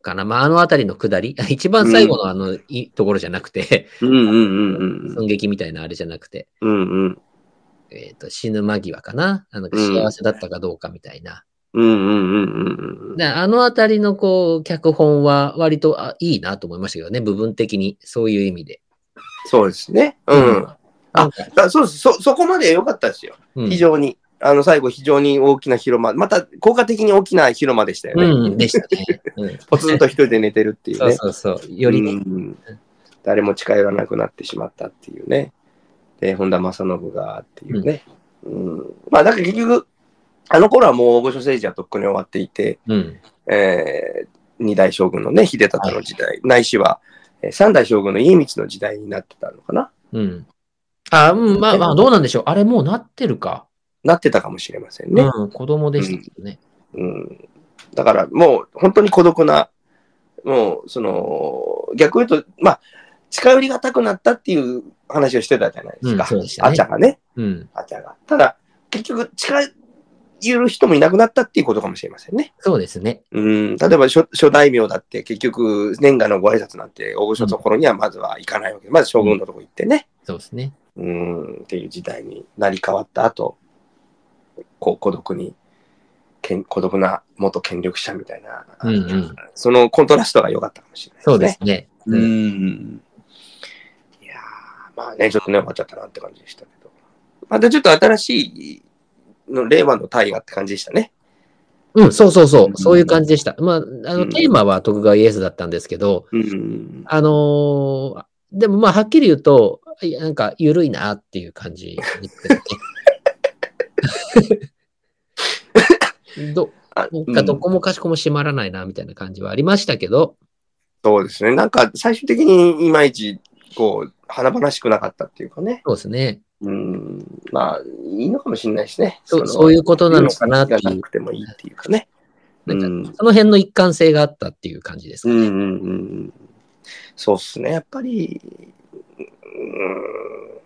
かな。まあ、あのあたりの下り。一番最後のあの、いいところじゃなくて、 うんうんうんうん。 寸劇みたいなあれじゃなくて、 うんうん。 えっと、死ぬ間際かな。あの、 うん。 幸せだったかどうかみたいな。 うんうんうんうんうん。 で、あのあたりのこう、脚本は割とあいいなと思いましたけどね、部分的に。そういう意味で。 そうですね。ううん。 ん。あ、 なんか、 だそうです。そ、そこまで良かったですよ。 うん。 非常に。あの、最後、非常に大きな広間。また、効果的に大きな広間でしたよね。 うん、でしたね。うん。 ポツンと一人で寝てるっていうそうね。 そうそう。ようりね。 ん。誰も近寄らなくなってしまったっていうね。で、本田正信がっていうん。 うね。うん。まあ、だから結局、あの頃はもう大御所政治はとっくに終わっていて、 うん。 えー、二代将軍のね、秀忠の時代、ないしは、えー三代将軍の家光の時代になってたのかな。 うん。あ、うん、まあまあ、どうなんでしょう。あれもうなってるか。 なってたかもしれませんね。 うん、子供でしたうん。 けどね。 うん。だからもう本当に孤独な、もうその、逆を言うと、まあ、近寄りがたくなったっていう話をしてたじゃないですうん、 か。 そうでしたあね。 ちゃがね。 うん。 あちゃが。ただ、結局、近寄る人もいなくなったっていうことかもしれませんね。 そうですね。 うん。例えば諸、諸大名だって結局、年賀のご挨拶なんて大御所のところにはまずは行かないわけで、まず将軍のところ行ってね。 そうですね。 うん。っていう時代になり変わった後、こう孤独に、けん孤独な元権力者みたいな、 うんうん。 そのコントラストが良かったかもしれないですね。 そうですね。 ううん。 ん。いやー、まあね、ちょっとね、終わっちゃったなって感じでしたけど。またちょっと新しいの、令和の大河って感じでしたね。 うん、そうそうそうう。 んそういう感じでした。まあ、あの、 うんテーマは徳川家康だったんですけど、 うん。 あのーでもまあ、はっきり言うと、いやなんか、緩いなっていう感じですね。ど、 あ、 なんか、どうん。 こもかしこも閉まらないな、みたいな感じはありましたけど、 そうですね。なんか、最終的にいまいち、こう、華々しくなかったっていうかね。 そうですね。 うん。まあ、いいのかもしれないですね。 そその、 そういうことなのかなっていう、 がなくてもいいっていうかね。 なんか、 うん。 その辺の一貫性があったっていう感じですかね。 うんうんうん。そうっすね。やっぱり、うん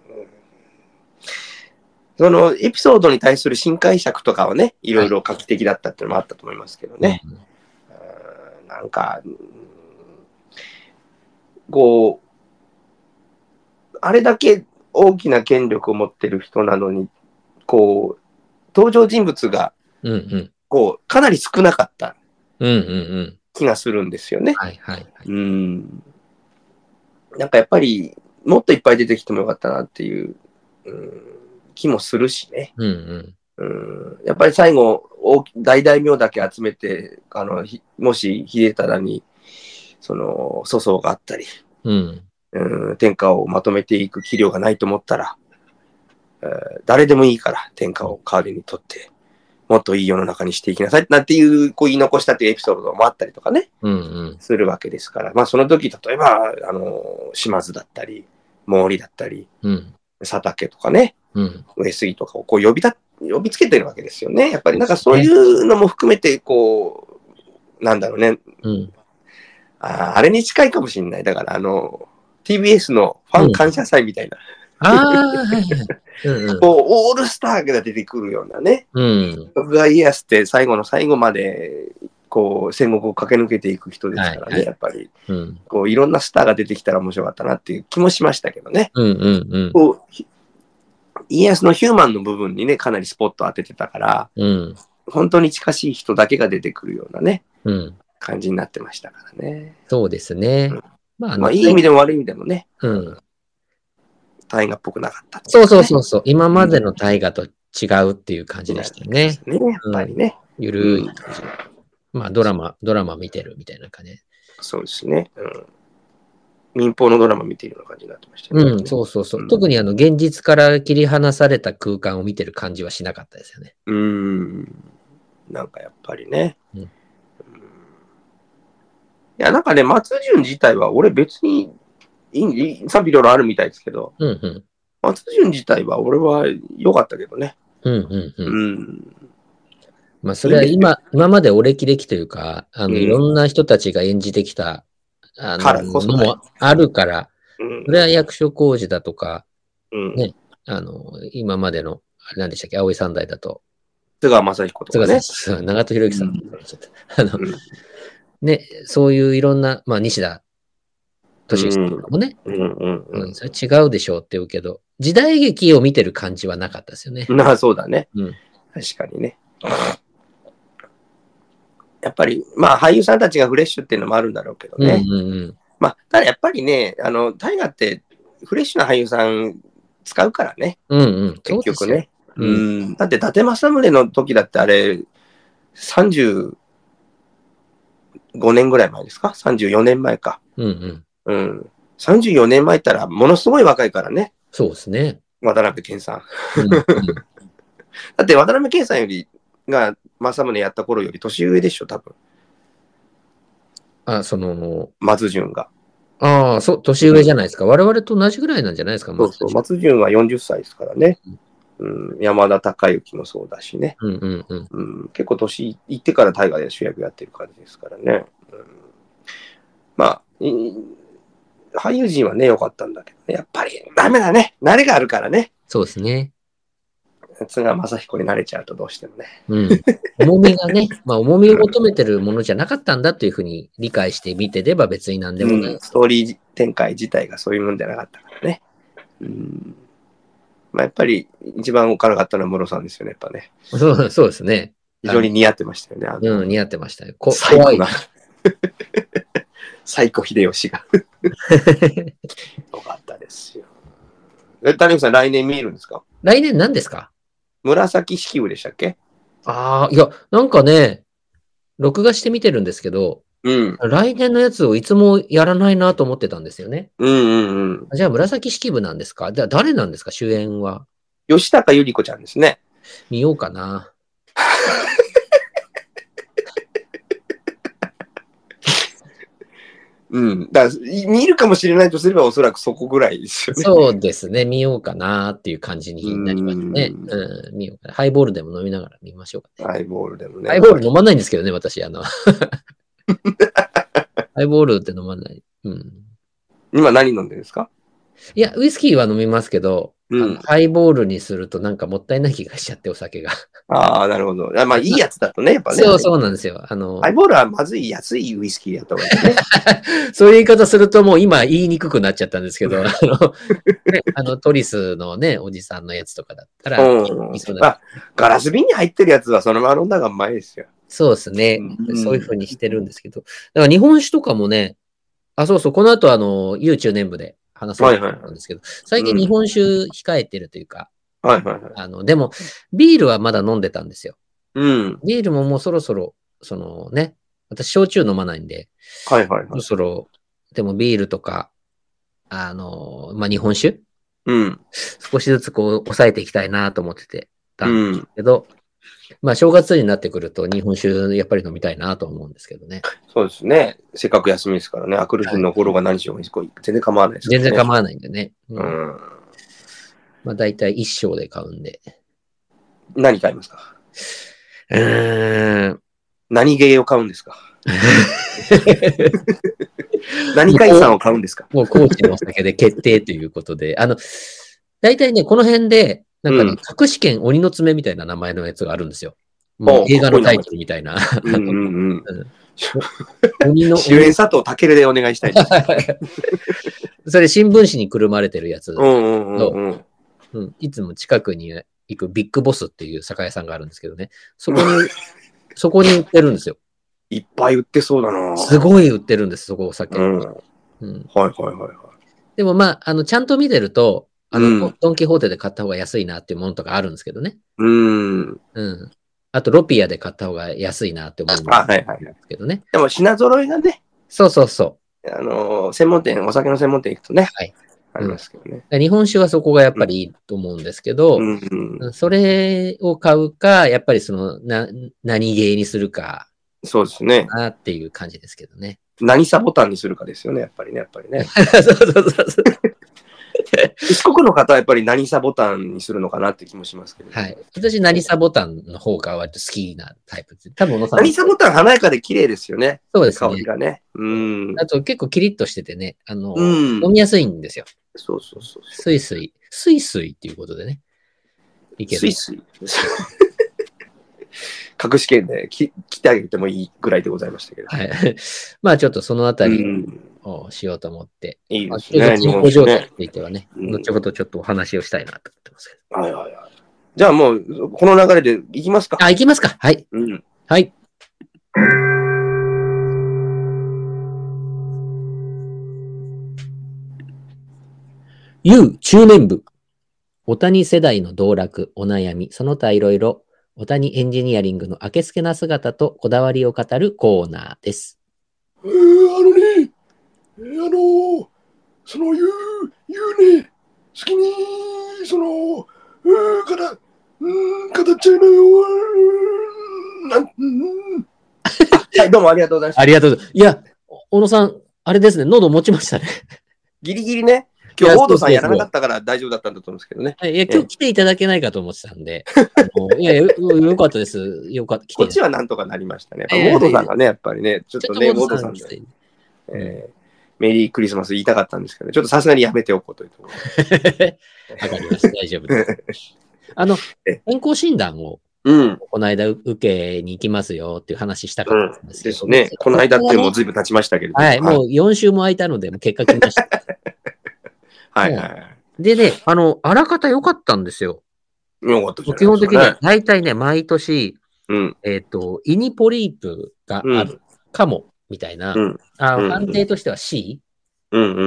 そのエピソードに対する新解釈とかはね、いろいろ画期的だったっていうのもあったと思いますけどね。 うんうんなんか、こう、あれだけ大きな権力を持ってる人なのに、こう、登場人物が、 うんうん。 こう、かなり少なかったうんうんうん。 気がするんですよね。 はいはいはい。 うん。なんかやっぱり、もっといっぱい出てきてもよかったなっていう、うん、気もするしね。 うんうん。 うんやっぱり最後、大大大名だけ集めて、あのもし秀忠にその粗相があったり、 うん。 うん、天下をまとめていく器量がないと思ったら、えー誰でもいいから天下を代わりに取って、もっといい世の中にしていきなさいなんていうこう言い残したっていうエピソードもあったりとかね、 うんうん。 するわけですから、まあその時、例えば、あの、島津だったり、毛利だったり、 うん。 佐竹とかね、 うん。 上杉とかをこう呼びた、呼びつけてるわけですよね。やっぱりなんかそういうのも含めて、こう、なんだろうね。 うん。 ああれに近いかもしれない。だからあの、ティービーエス のファン感謝祭みたいな。 ああ、はいはい。うんうん。 こう、オールスターが出てくるようなね。 うん。 徳川家康って最後の最後まで、こう、戦国を駆け抜けていく人ですからね、 はいはいやっぱり。 うん。 こう、いろんなスターが出てきたら面白かったなっていう気もしましたけどね。 うんうんうん。 こう、家康のヒューマンの部分にね、かなりスポット当ててたから、 うん。 本当に近しい人だけが出てくるようなね、 うん。 感じになってましたからね。 そうですね。 うんまあ、あまあ、 の、 いい意味でも悪い意味でもね、 うん。 大河っぽくなかったっていそうかねそうそうそう。今までの大河と違うっていう感じでしたよね。 ね、やっぱりね。 ゆるい感じ。まあ、ドラマ、ドラマ見てるみたいな感じ。 そうですね。うん。民放のドラマ見ているような感じになってましたね。 うん、そうそうそう。 うん特にあの、現実から切り離された空間を見てる感じはしなかったですよね。 うーん。なんかやっぱりね。 うんうんいや、なんかね、松潤自体は俺別にいい賛否いろいろあるみたいですけど、 うんうん。 松潤自体は俺は良かったけどね。 うんうんうん。 うん。 まあ、それは今、今までお歴々というか、あの、 うんいろんな人たちが演じてきた、あの、 からこそねのもあるから、 うんそれは役所広司だとか、 うん。 ね、あの、今までの、あれなんでしたっけ、葵三代だと、 津川雅彦とかね。 菅さん、長戸博之さん、 うんちょっとあの、 うんね、そういういろんな、まあ、西田敏行とかもね、 うんうんうん。 それ違うでしょうって言うけど、時代劇を見てる感じはなかったですよね。 まあそうだね。 うん。 確かにね。やっぱり、まあ俳優さんたちがフレッシュっていうのもあるんだろうけどうんうね。 んうん。 まあ、ただやっぱりね、あの、大河ってフレッシュな俳優さん使うからね。 うんうん。そ結うですよ。 局ね。ううん。 ん。だって伊達政宗の時だってあれ、さんじゅうごねんぐらい前ですか ?さんじゅうよねんまえか。 うんうん。 うん。さんじゅうよねんまえったらものすごい若いからね。 そうですね。 渡辺謙さん。 うんうん。 だって渡辺謙さんよりが政宗やった頃より年上でしょ、多分。 あ、その、 松潤が。 ああ、そう、年上じゃないですか。我々と同じぐらいなんじゃないですか、 そうそう。 松潤。 松潤はよんじゅっさいですからね。うん、山田孝之もそうだしね。 うんうんうん。 うん、結構年いってから大河で主役やってる感じですからね。うん、まあ、俳優陣はね、良かったんだけどね。やっぱりダメだね。慣れがあるからね。 そうですね。 津賀正彦に慣れちゃうとどうしてもね。 うん。重みがね、まあ重みを求めてるものじゃなかったんだというふうに理解して見てれば別に何でもない、 うん、ストーリー展開自体がそういうもんじゃなかったからね。うん、まあ、やっぱり一番おかなかったのはムロさんですよね、やっぱね。 そう、そうですね。 非常に似合ってましたよね。あのうん、似合ってましたよ。こ最高な。最高秀吉が。よかったですよ。え、谷口さん、来年見るんですか？ 来年何ですか？ 紫式部でしたっけ？ ああ、いや、なんかね、録画して見てるんですけど、 うん。 来年のやつをいつもやらないなと思ってたんですよね。 うんうんうん。 じゃあ、紫式部なんですか？じゃあ、誰なんですか主演は。 吉高由里子ちゃんですね。 見ようかな。 うん。だから、見るかもしれないとすればおそらくそこぐらいですよね。 そうですね。見ようかなっていう感じになりましたね。 うんうん、見ようかな。ハイボールでも飲みながら見ましょうかね。 ハイボールでもね。 ハイボール飲まないんですけどね、私。あのハイボールって飲まない。うん。 今何飲んでるんですか？ いや、ウイスキーは飲みますけど、 うん、 あのハイボールにするとなんかもったいない気がしちゃって、お酒が。 ああ、なるほど。まあ、いいやつだとね、やっぱね。 そうそうなんですよ。あの、 ハイボールはまずい安いウイスキーやった方がいいですね。 そういう言い方するともう今言いにくくなっちゃったんですけど、あの、ね、あのトリスのね、おじさんのやつとかだったら、 うん。まあ、ガラス瓶に入ってるやつはそのまま飲んだ方がうまいですよ。 そうですね。 うん、 そういう風にしてるんですけど。だから日本酒とかもね、あ、そうそう、この後あの、ユーチュー年部で話そうと思ったんですけど、最近日本酒控えてるというか、 はいはいはい。 あの、でも、ビールはまだ飲んでたんですよ。 うん。 ビールももうそろそろ、そのね、私、焼酎飲まないんで、 はいはいはい。 そろそろ、でもビールとか、あの、まあ、日本酒うん。 少しずつこう、抑えていきたいなと思っててたんですけど、 うん、 まあ、正月になってくると日本酒やっぱり飲みたいなと思うんですけどね。 そうですね。せっかく休みですからね。あくる日の頃が何しようが全然構わないですからね。 全然構わないんでね。 うん。うん、 まあ、大体一升で買うんで。 何買いますか？ うーん。 何芸を買うんですか？何海産を買うんですか？ もう高知のお酒で決定ということで、あの、大体ね、この辺で、なんかね、うん、隠し剣鬼の爪みたいな名前のやつがあるんですよ。もう映画のタイトルみたいな。 うんうんうん。鬼の主演佐藤健でお願いしたいです。 それ新聞紙にくるまれてるやつ。 うんうんうんうん、いつも近くに行くビッグボスっていう酒屋さんがあるんですけどね。そこに、そこに売ってるんですよ。 いっぱい売ってそうだな。 すごい売ってるんです、そこお酒。うんうん、はいはいはいはい。 でもまあ、あの、ちゃんと見てると、あの、うん、ドンキホーテで買った方が安いなっていうものとかあるんですけどね。 うん。 うん。あと、ロピアで買った方が安いなって思うんですけどね。 でも、品揃いがね。 そうそうそう。 あの、専門店、お酒の専門店行くとね。はい。ありますけどね、 うん。日本酒はそこがやっぱりいいと思うんですけど、うんうん、それを買うか、やっぱりその、な、何芸にするか。 そうですね。 なっていう感じですけどね。 何サボタンにするかですよね、やっぱりね、やっぱりね。 そうそうそうそう。 四国の方はやっぱり何サボタンにするのかなって気もしますけど、ね。 はい。私、何サボタンの方が割と好きなタイプです。多分、 何サボタン華やかで綺麗ですよね。 そうですね。 香りがね。うん。 あと結構キリッとしててね、あの、うん、飲みやすいんですよ。 そうそうそうそう。 スイスイ。スイスイっていうことでね。 いける。スイスイ。 隠し券で切ってあげてもいいぐらいでございましたけど。 はい。まあちょっとそのあたりをしようと思って。 いいですね。 日本状態についてはね、 うん、 後ほどちょっとお話をしたいなと思ってますけど。はいはいはい。じゃあもう、この流れでいきますか。 あ、いきますか。はい。 うん、 はい。U 中年部。お谷世代の道楽、お悩み、その他いろいろ、お谷エンジニアリングのあけすけな姿とこだわりを語るコーナーです。 えー、あのね、えー、あのー、その言う、言うね、好きに、その、うー、から、うーん、語っちゃいなよ、なん、うん。はい、どうもありがとうございました。 ありがとうございます。いや、小野さん、あれですね、喉持ちましたね。 ギリギリね。今日、ウォードさんやらなかったから大丈夫だったんだと思うんですけどね。 いや、今日来ていただけないかと思ってたんで。いや、よ, よかったです。よかった。 こっちはなんとかなりましたね。やっぱウォードさんがね、やっぱりね、ちょっとね、ウォードさんで、えー、メリークリスマス言いたかったんですけど、ちょっとさすがにやめておこうというところ。 わかります。大丈夫です。あの、健康診断を、うん、この間受けに行きますよっていう話したかったんですけど、 うん、ですね。この間ってもうずいぶん経ちましたけれども。はい、もうよん週も空いたので、もう結果来ました。 はいはい。 でね、あの、あらかた良かったんですよ。 良かったじゃないですか、ね。 基本的には、大体ね、毎年、 うん、 えっ、ー、と、胃にポリープがあるかも、みたいな、うん、あうん、判定としては C。 うんうんうん、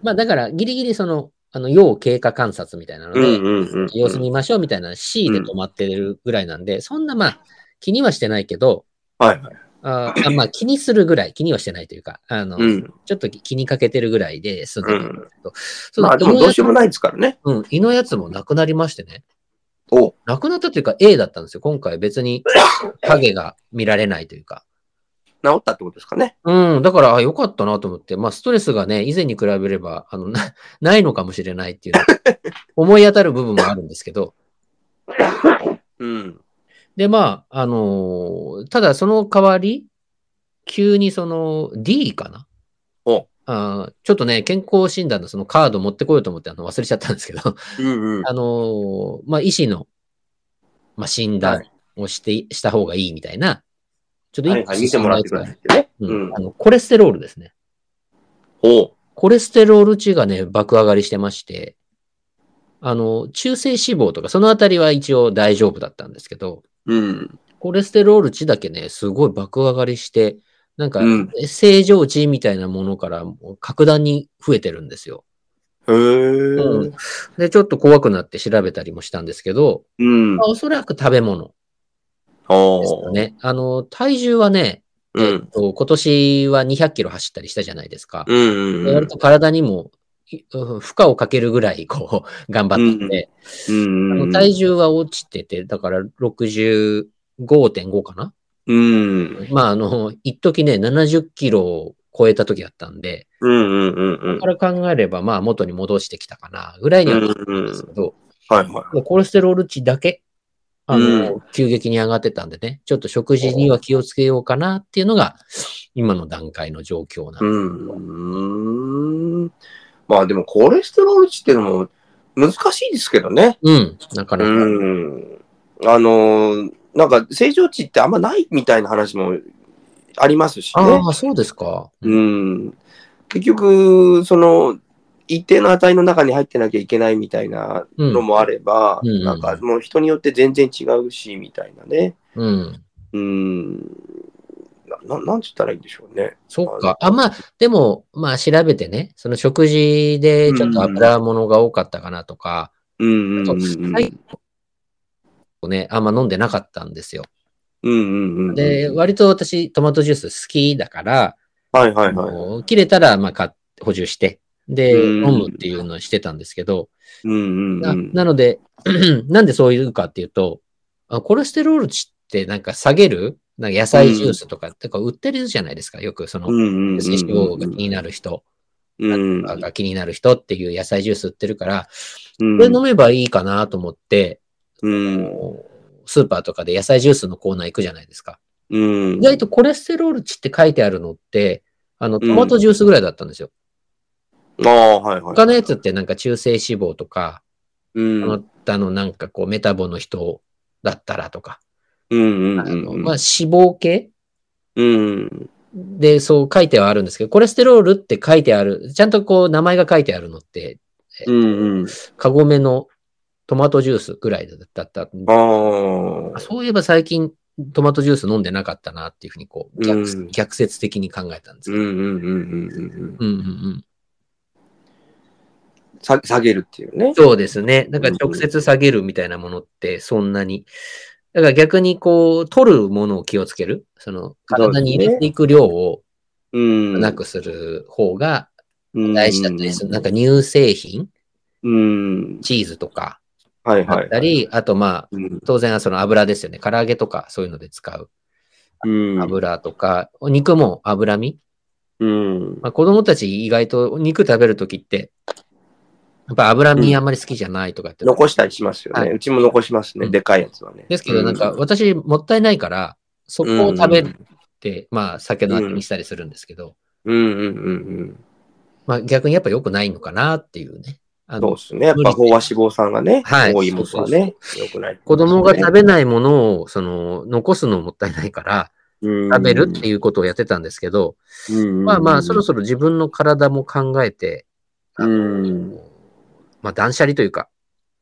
まあ、だから、ギリギリその、あの、要経過観察みたいなので、うんうんうんうん、様子見ましょうみたいな C で止まってるぐらいなんで、うん、そんなまあ、気にはしてないけど、 はいはい。 あまあ、気にするぐらい、気にはしてないというか、あの、うん、ちょっと気にかけてるぐらいで済んでるんですけど、 うん、まあ、でもどうしようもないですからね。 うん、胃のやつもなくなりましてね。 おなくなったというか A だったんですよ。今回別に影が見られないというか。 治ったってことですかね。 うん、だから、あ、よかったなと思って、まあ、ストレスがね、以前に比べれば、あの、な、ないのかもしれないっていう、思い当たる部分もあるんですけど。 うん。 で、まあ、あのー、ただその代わり、急にその D かなおあちょっとね、健康診断のそのカード持ってこようと思ってあの忘れちゃったんですけど、 うんうん、 あのー、まあ、医師の、まあ、診断をして、はい、した方がいいみたいな、ちょっと一個見てもらってくださいってね。 うん。あの、コレステロールですね。 おコレステロール値がね、爆上がりしてまして、あの、中性脂肪とか、そのあたりは一応大丈夫だったんですけど、 うん、 コレステロール値だけね、すごい爆上がりして、なんか、正常値みたいなものから格段に増えてるんですよ。 へー、 うん。で、ちょっと怖くなって調べたりもしたんですけど、 うんまあ、おそらく食べ物ですよね。あの、体重はね、 うん、 えっと、今年はにひゃくキロ走ったりしたじゃないですか。 うんうんうん、 割と体にも負荷をかけるぐらい、こう、頑張ったんで、 うんうんうん、 あの体重は落ちてて、だからろくじゅうごてんごかな。 うん、 まあ、あの、一時ね、ななじゅっキロを超えた時だったんで、 うんうんうんうん、 そこから考えれば、まあ、元に戻してきたかな、ぐらいにはなったんですけど、 はいはい、 コレステロール値だけ、あの、うん、急激に上がってたんでね、ちょっと食事には気をつけようかなっていうのが、今の段階の状況なんです。 うん。まあでも、コレステロール値っていうのも難しいですけどね。 うん、なかなか。 うん。あの、なんか正常値ってあんまないみたいな話もありますしね。 ああ、そうですか。 うん。結局、その、一定の値の中に入ってなきゃいけないみたいなのもあれば、うん、なんかもう人によって全然違うし、みたいなね。 うん。 うんな。なんつったらいいんでしょうね。 そっか。あ、まあ、でも、まあ調べてね、その食事でちょっと油物が多かったかなとか、 うんうんうんうん、 最後ね、あんま飲んでなかったんですよ。 うんうんうんうん、 で、割と私、トマトジュース好きだから、 はいはいはい。 切れたら、まあ、補充して、で、飲むっていうのをしてたんですけど、 うんうんうん、 な, なので、なんでそういうかっていうと、コレステロール値ってなんか下げるなんか野菜ジュースとか、とか売ってるじゃないですか。よくその、脂肪が気になる人、うんが気になる人っていう野菜ジュース売ってるから、うん、これ飲めばいいかなと思って、うん、スーパーとかで野菜ジュースのコーナー行くじゃないですか。うん、意外とコレステロール値って書いてあるのって、あの、トマトジュースぐらいだったんですよ。 うん、ああ、はいはい。 他のやつってなんか中性脂肪とか、 うん、 あの、あのなんかこうメタボの人だったらとか、 うんうんあうんうん。 のまあ、脂肪系うん。 で、そう書いてはあるんですけど、コレステロールって書いてある、ちゃんとこう名前が書いてあるのって、えっと、 うんうん。 カゴメのトマトジュースぐらいだったんで、 ああ。 そういえば最近トマトジュース飲んでなかったなっていうふうにこう逆、 うん。 逆説的に考えたんですけど。 うんうんうんうんうんうん。 うんうんうん。 さ下げるっていうね。 そうですね。だから直うん接下げるみたいなものってそんなに。だから逆にこう、取るものを気をつける。そのそうで体に入れすね。 ていく量をうん。 なくする方がうん大事だったりする。なんか乳製品、 うん。 チーズとかはいだっはいはい。 たり、あとまあ、 うん。 当然その油ですよね。唐揚げとかそういうので使ううん。 油とか、お肉も脂身。 うん。 まあ、子供たち意外と肉食べるときって、やっぱ脂うん。 身あんまり好きじゃないとかって残したりしますよね。 はい。 うちも残しますね。 うん。 でかいやつはね。 ですけど、なんうん。 か私もったいないから、そうこを食べん。 て、まあ酒のあてにうん。 したりするんですけど、 うん。うん。うん。 まあ逆にやっぱ良くないのかなっていうね。あの、 そうですね。やっぱ飽和無理して。 脂肪酸がね、 はい。 多いそうそうそう。 ものはね、良くないって言子います供が食よね。 べないものを、その、残すのもったいないから、 う食べるっん。 ていうことをやってたんですけど、 うん。 まあまあ、 うん。 そろそろ自分の体も考えて、 うあん。 の、まあ断捨離というか、 うん。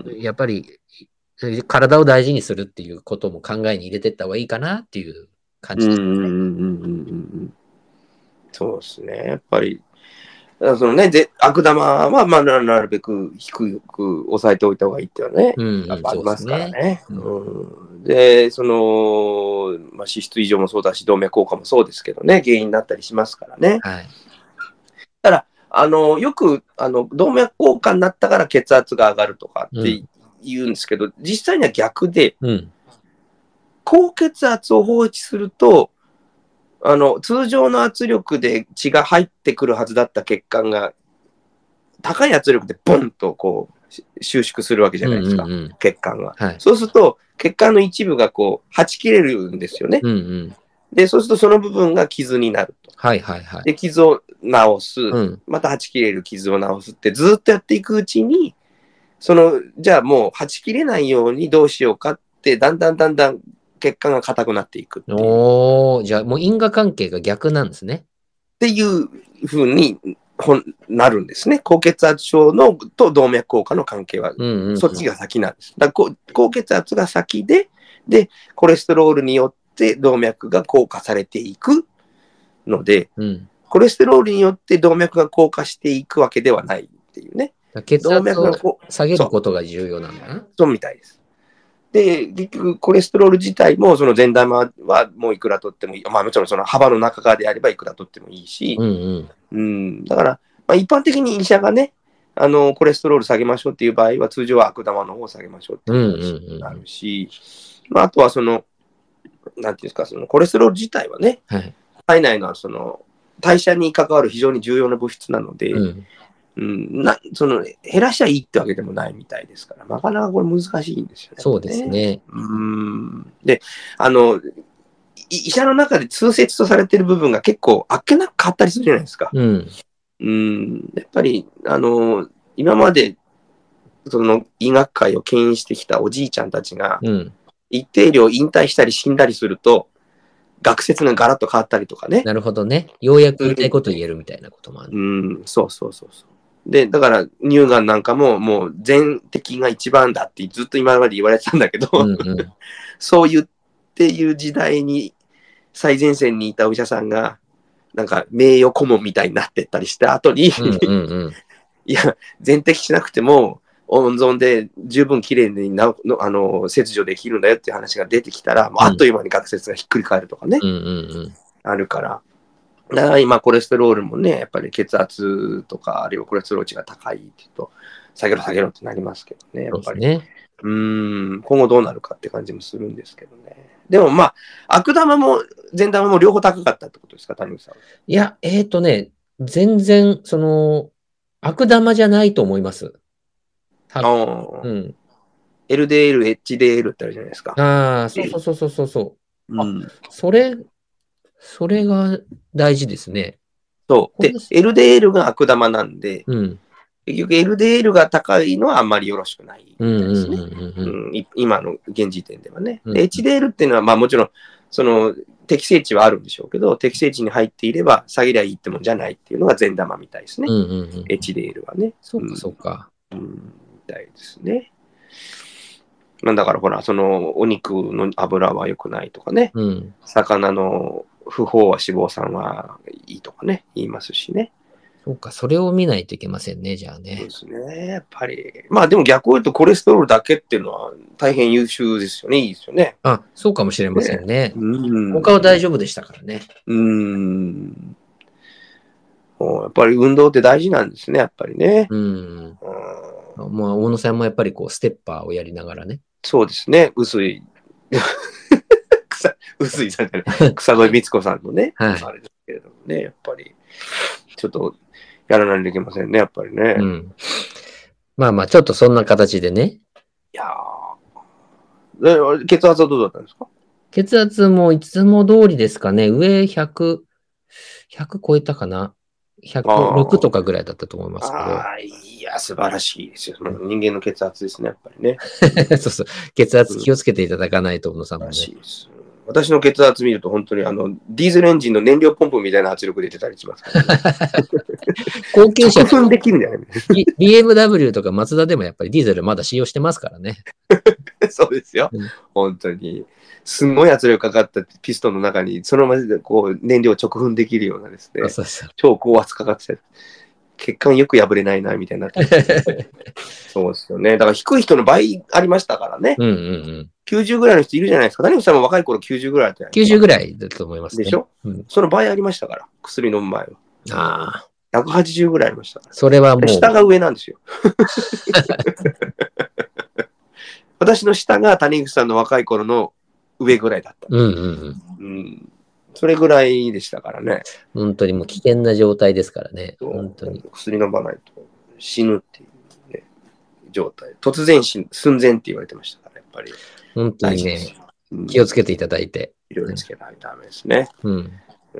やっぱり体を大事にするっていうことも考えに入れていった方がいいかなっていう感うん。うん。 じです。 うん。うん。うん。そうですね。やっぱり、だからそのね、ぜ悪玉は、まあ、ななるべく低く抑えておいた方がいいっていうのはね、 うんうん、そうでやっぱありますからすね。 ね。 うん、 うん、で、その、まあ、脂質異常もそうだし、動脈硬化もそうですけどね、原因になったりしますからね。 はい。 ただ、あの、よく、あの、動脈硬化になったから血圧が上がるとかってうん。 言うんですけど、実際には逆で、 うん。 高血圧を放置すると、あの、通常の圧力で血が入ってくるはずだった血管が、高い圧力でボンとこう、収縮するわけじうんゃないですか、 うんうん。 血管が。 はい。 そうすると、血管の一部がこう、はち切れるんですよね。 うんうん。 で、そうするとその部分が傷になると。 はいはいはい。 で、傷を治す。 うん。 またはち切れる傷を治すってずっとやっていくうちに、その、じゃあもうはち切れないようにどうしようかって、だんだんだんだん血管が硬くなっていくっていう。 おー、じゃあもう因果関係が逆なんですね。 っていうふうになるんですね。高血圧症のと動脈硬化の関係は、 うんうんうん。 そっちが先なんです。だから高血圧が先で、で、コレステロールによって動脈が硬化されていくので、 うん。 コレステロールによって動脈が硬化していくわけではないっていうね。 血動圧を脈がこう、 下げるそう、 ことが重要なんだな。 そうみたいです。で、結局、コレステロール自体も、その善玉はもういくら取ってもいい。まあもちろんその幅の中側であればいくら取ってもいいし、 うんうん。 うん、だから、まあ、一般的に医者がね、あの、コレステロール下げましょうっていう場合は、通常は悪玉の方を下げましょうっていう話になるし、まあ、あとはその、なんていうんですか、そのコレステロール自体はね、 はい。 体内のその代謝に関わる非常に重要な物質なので、 うん。 うん、なその減らしゃいいってわけでもないみたいですから、なかなかこれ難しいんですよね。 そうですね。 うんで、あの、医者の中で通説とされている部分が結構あっけなく変わったりするじゃないですか。 うん。 うん、やっぱり、あの、今まで、その医学界を牽引してきたおじいちゃんたちが、 うん。 一定量引退したり死んだりすると、学説がガラッと変わったりとかね。 なるほどね。ようやく言いたいこと言えるみたいなこともある。 うん、そうそうそうそう。で、だから乳がんなんかももう全摘が一番だってずっと今まで言われてたんだけど、 うんうん、 そう言っていう時代に最前線にいたお医者さんが、なんか名誉顧問みたいになってったりした後に、 うんうんうん、 いや、全摘しなくても温存で十分きれいになのあの切除できるんだよっていう話が出てきたら、もうあっという間に学説がひっくり返るとかね、 うんうんうん、 あるから。だから今コレステロールもね、やっぱり血圧とか、あるいはコレステロール値が高いって言うと、下げろ下げろってなりますけどね、やっぱり。う、ね、うーん、今後どうなるかって感じもするんですけどね。でもまあ、悪玉も善玉も両方高かったってことですか、谷口さん。 いや、えっ、ー、とね、全然、その、悪玉じゃないと思います。多分。うん。 エルディーエル、エイチディーエル ってあるじゃないですか。 ああ、そうそうそうそうそうそう。 うん、 あ、それ、それが大事ですね。 そう。で、エルディーエル が悪玉なんで、 うん、 結局 エルディーエル が高いのはあんまりよろしくないですね。今の現時点ではね。で エイチディーエル っていうのは、まあもちろん、その適正値はあるんでしょうけど、適正値に入っていれば下げりゃいいってもんじゃないっていうのが善玉みたいですね。エイチディーエル はね。 そうか、そうか。 うん、みたいですね。まあだからほら、そのお肉の油は良くないとかね。 うん、 魚の不飽和脂肪酸はいいとかね、言いますしね。 そうか、それを見ないといけませんね、じゃあね。 そうですね。やっぱり。まあでも逆を言うとコレステロールだけっていうのは大変優秀ですよね。いいですよね。 あ、そうかもしれませんね。 ねうん他は大丈夫でしたからね。 うーん。やっぱり運動って大事なんですね、やっぱりね。 うん。まあ、大野さんもやっぱりこう、ステッパーをやりながらね。 そうですね。薄い。薄いさんじゃない。草野光子さんのね。 はい、 あれですけれどもね。やっぱり、ちょっと、やらないといけませんね、やっぱりね。 うん。まあまあ、ちょっとそんな形でね。 いやー。血圧はどうだったんですか？ 血圧もいつも通りですかね。上ひゃく、ひゃく超えたかな。ひゃくろくとかぐらいだったと思いますけど。 ああ、いや、素晴らしいですよ。人間の血圧ですね、やっぱりね。 そうそう。血圧気をつけていただかないと、小野さんもね。 私の血圧見ると、本当にあの、ディーゼルエンジンの燃料ポンプみたいな圧力で出たりしますから、ね。 後継者直噴できるんじゃないビーエムダブリュー とかマツダでもやっぱりディーゼルまだ使用してますからね。 そうですよ。うん、本当に。すんごい圧力かかったピストンの中に、そのままでこう燃料を直噴できるようなですね。 そうそう超高圧かかってた。血管よく破れないな、みたいになって。そうですよね。だから低い人の倍ありましたからね。 うんうんうん。 きゅうじゅうぐらいの人いるじゃないですか。谷口さんも若い頃きゅうじゅうぐらいだったじゃないですか。 きゅうじゅうぐらいだと思いますね。でしょ、うん、その倍ありましたから。薬飲む前は。 ああ。 ひゃくはちじゅうぐらいありましたから。 それはもう。 下が上なんですよ。私の下が谷口さんの若い頃の上ぐらいだった。 うんうんうん。 うんそれぐらいでしたからね。 本当にもう危険な状態ですからね。本当に。 薬飲まないと死ぬっていう、ね、状態。突然死ぬ、寸前って言われてましたから、やっぱり。 本当にね、うん、気をつけていただいて。 気をつけないとダメですね。 うん。うん、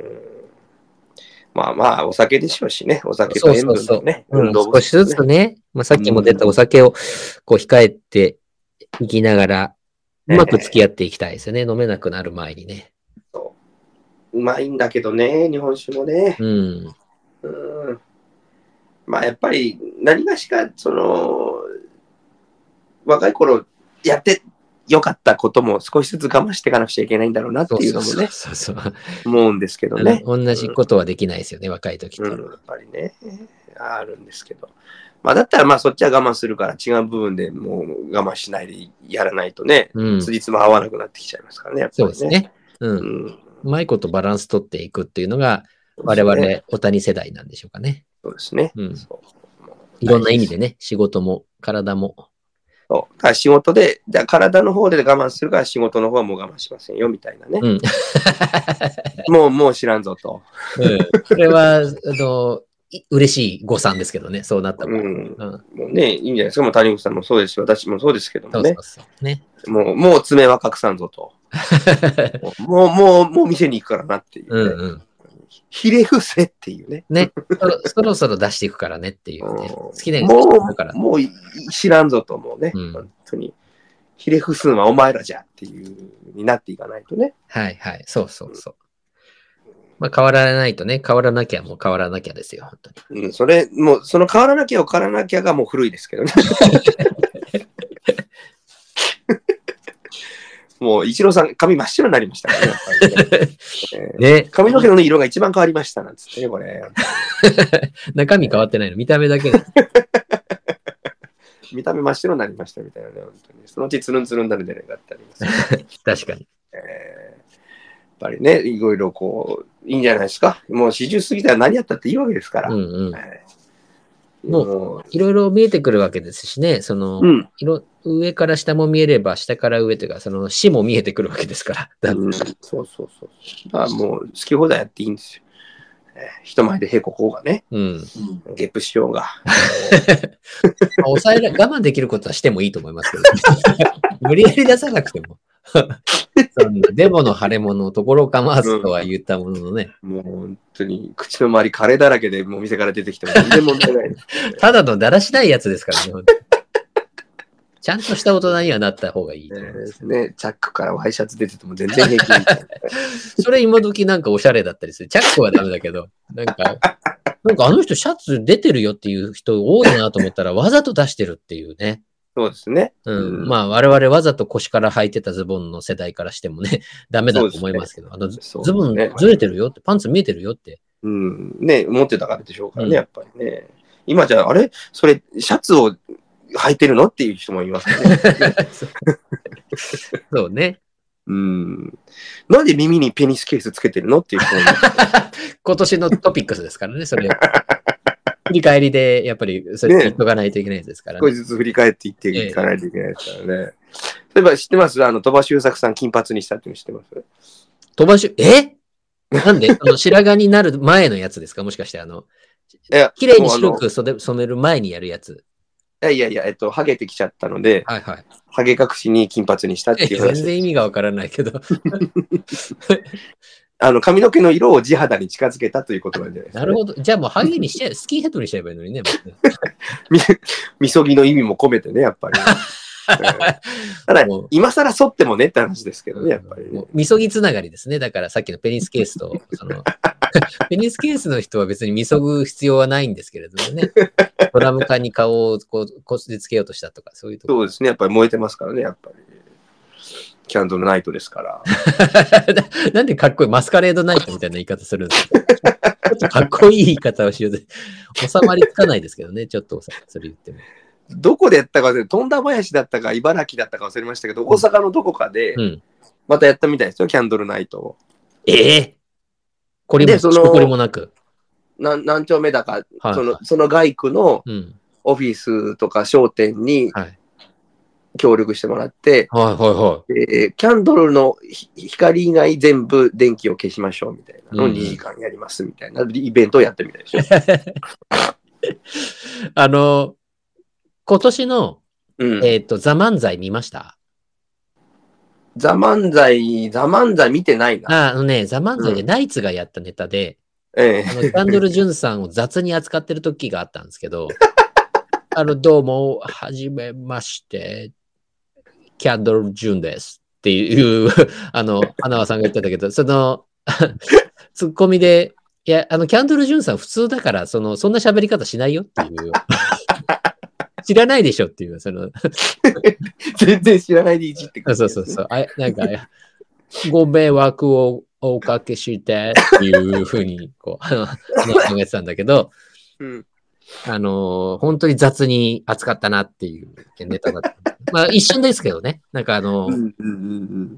まあまあ、お酒でしょうしね。お酒と塩分とね。 運動少しずつね。まあ、さっきも出たお酒をこう控えていきながら、うまく付き合っていきたいですよね。飲めなくなる前にね。 うまいんだけどね、日本酒もね。 うん。 うん、まあやっぱり何がしか、その、若い頃やってよかったことも少しずつ我慢していかなくちゃいけないんだろうなっていうのもね、 そうそうそうそう思うんですけどね。 同じことはできないですよね、うん、若い時って、 うん。やっぱりね、あるんですけど。まあだったらまあそっちは我慢するから違う部分でもう我慢しないでやらないとね、 うん、 つじつま合わなくなってきちゃいますからね、やっぱりね。 そうですね。うん。うんうまいことバランス取っていくっていうのが、我々、お谷世代なんでしょうかね。 そうですね。 うん。いろんな意味でね、仕事も、体も。 そう。だから仕事で、じゃあ体の方で我慢するから仕事の方はもう我慢しませんよ、みたいなね。 うん。 もう、もう知らんぞと。 うん。これは、あの、嬉しい誤算ですけどね、そうなったら。 うん。うん、もうね、いいんじゃないですか。もう谷口さんもそうですし、私もそうですけどもね。 そうそうそうね。 もう、もう爪は隠さんぞと。もう、もう、もう店に行くからなっていう、ね。うんうん。ひれ伏せっていうね。 ねそろ。そろそろ出していくからねっていう、ね。好きなもう、もう知らんぞと、もうね。うん、本当に。ひれ伏すのはお前らじゃっていうになっていかないとね。 はいはい。そうそうそう。まあ変わらないとね、変わらなきゃもう変わらなきゃですよ、本当に。うん、それ、もう、その変わらなきゃを変わらなきゃがもう古いですけどね。もう、一郎さん、髪真っ白になりましたからね。やっぱりねえー、ね髪の毛の色が一番変わりましたなんつってね、これ。 中身変わってないの、見た目だけで。 見た目真っ白になりましたみたいなね、本当に。そのうちつるんつるんになるんじゃないかってあります、 ね。確かに。 えー。やっぱりね、いろいろこう、いいんじゃないですか。もう四十過ぎたら何やったっていいわけですから。うんうんえーもう、いろいろ見えてくるわけですしね、その、うん、上から下も見えれば、下から上というか、その死も見えてくるわけですから。 うん、そうそうそう。だからもう、好き放題やっていいんですよ。えー、人前でへここうがね、うん、ゲップしようが。 抑えら、我慢できることはしてもいいと思いますけど、無理やり出さなくても。 そんなデモの腫れ物をところかますとは言ったもののね。 うん、もう本当に口の周りカレーだらけでもう店から出てきても全然問題ない。 ただのだらしないやつですからね。ちゃんとした大人にはなった方がいいと思います。 ね、チャックからワイシャツ出てても全然平気みたいな。それ今時なんかおしゃれだったりする。チャックはダメだけど、なんか、なんかあの人シャツ出てるよっていう人多いなと思ったらわざと出してるっていうね。 そうですね。 うん。うん、まあ我々わざと腰から履いてたズボンの世代からしてもね、ダメだと思いますけど、ね、あのズボンずれてるよって、パンツ見えてるよって。 うん。ね、思ってたからでしょうからね、うん、やっぱりね。今じゃあ、あれそれ、シャツを履いてるのっていう人もいますね。 そうね。 うん。なんで耳にペニスケースつけてるのっていう人もいます、ね。 今年のトピックスですからね、それ。振り返りで、やっぱり、それ言っとかないといけないですからね。 少しずつ振り返っていっていかないといけないですからね。ええ、例えば知ってますあの、鳥羽周作さん金髪にしたっていうの知ってます鳥羽周、えなんであの白髪になる前のやつですかもしかして、あの、綺麗に白く染める前にやるやつ。 いやいやいや、えっと、ハゲてきちゃったので、 はいはい。 ハゲ隠しに金髪にしたっていう話。 全然意味がわからないけど。 あの、髪の毛の色を地肌に近づけたということなんじゃないですか、 ね。なるほど。じゃあもうハゲにしちゃえ、スキンヘッドにしちゃえばいいのにね。 み、みそぎの意味も込めてね、やっぱり。ただ、今更剃ってもねって話ですけどね、やっぱり、ね。 みそぎつながりですね。だからさっきのペニスケースと、その、ペニスケースの人は別にみそぐ必要はないんですけれどもね。ドラム缶に顔をこうこすりつけようとしたとか、そういうところ。 そうですね。やっぱり燃えてますからね、やっぱり。キャンドルナイトですから。 なんでかっこいいマスカレードナイトみたいな言い方するんですかちょっとかっこいい言い方をしようと。収まりつかないですけどね、ちょっとそれ言っても。 どこでやったかで、富田林だったか茨城だったか忘れましたけど、大阪のどこかで、またやったみたいですよ、キャンドルナイトを。 ええー、これも、そのこれもなく。 な何丁目だか、はい、その、その街区のオフィスとか商店に、はい協力してもらって、 はいはいはい。 えー、キャンドルの光以外全部電気を消しましょうみたいなのをにじかんやりますみたいなイベントをやってみたいでしょ。 あの、今年の、うん、えっ、ー、と、ザ・漫才見ました？ ザ・漫才、ザ・漫才見てないな。 あ、あのね、ザ・漫才でナイツがやったネタで、うん、あのキャンドル・ジュンさんを雑に扱ってる時があったんですけど、あの、どうも、はじめまして、キャンドル・ジュンですっていう、あの、花輪さんが言ってたけど、その、ツッコミで、いや、あの、キャンドル・ジュンさん普通だから、その、そんな喋り方しないよっていう。知らないでしょっていう、その。 全然知らないでいじってくる、 ね。そうそうそう。あなんか、ご迷惑をおかけしてっていうふうに、こう、あの、花輪さんが言ってたんだけど、うんあのー、本当に雑に扱ったなっていうネタだった。まあ一瞬ですけどね。なんかあのーうんうんうん、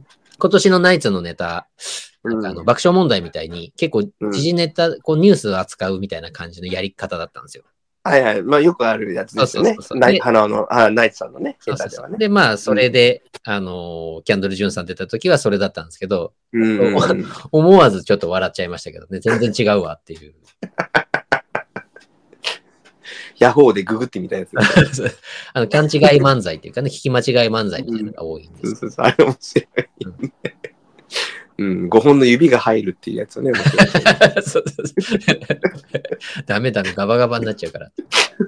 今年のナイツのネタ、なんかあの爆笑問題みたいに結構時事ネタ、こうニュースを扱うみたいな感じのやり方だったんですよ。 はいはい。まあよくあるやつですよね。ナイツさんのね、ネタではね。 で、まあそれで、うん、あのー、キャンドル・ジュンさん出た時はそれだったんですけど、うんうん、思わずちょっと笑っちゃいましたけどね。全然違うわっていう。 ヤホーでググってみたやつ。 あの、勘違い漫才っていうかね、聞き間違い漫才みたいなのが多いんです、うん。そうそうそう、あれ面白い。 うん、ごほんの指が入るっていうやつをね、面白い。そうそうそう。ダメダメ、ガバガバになっちゃうから。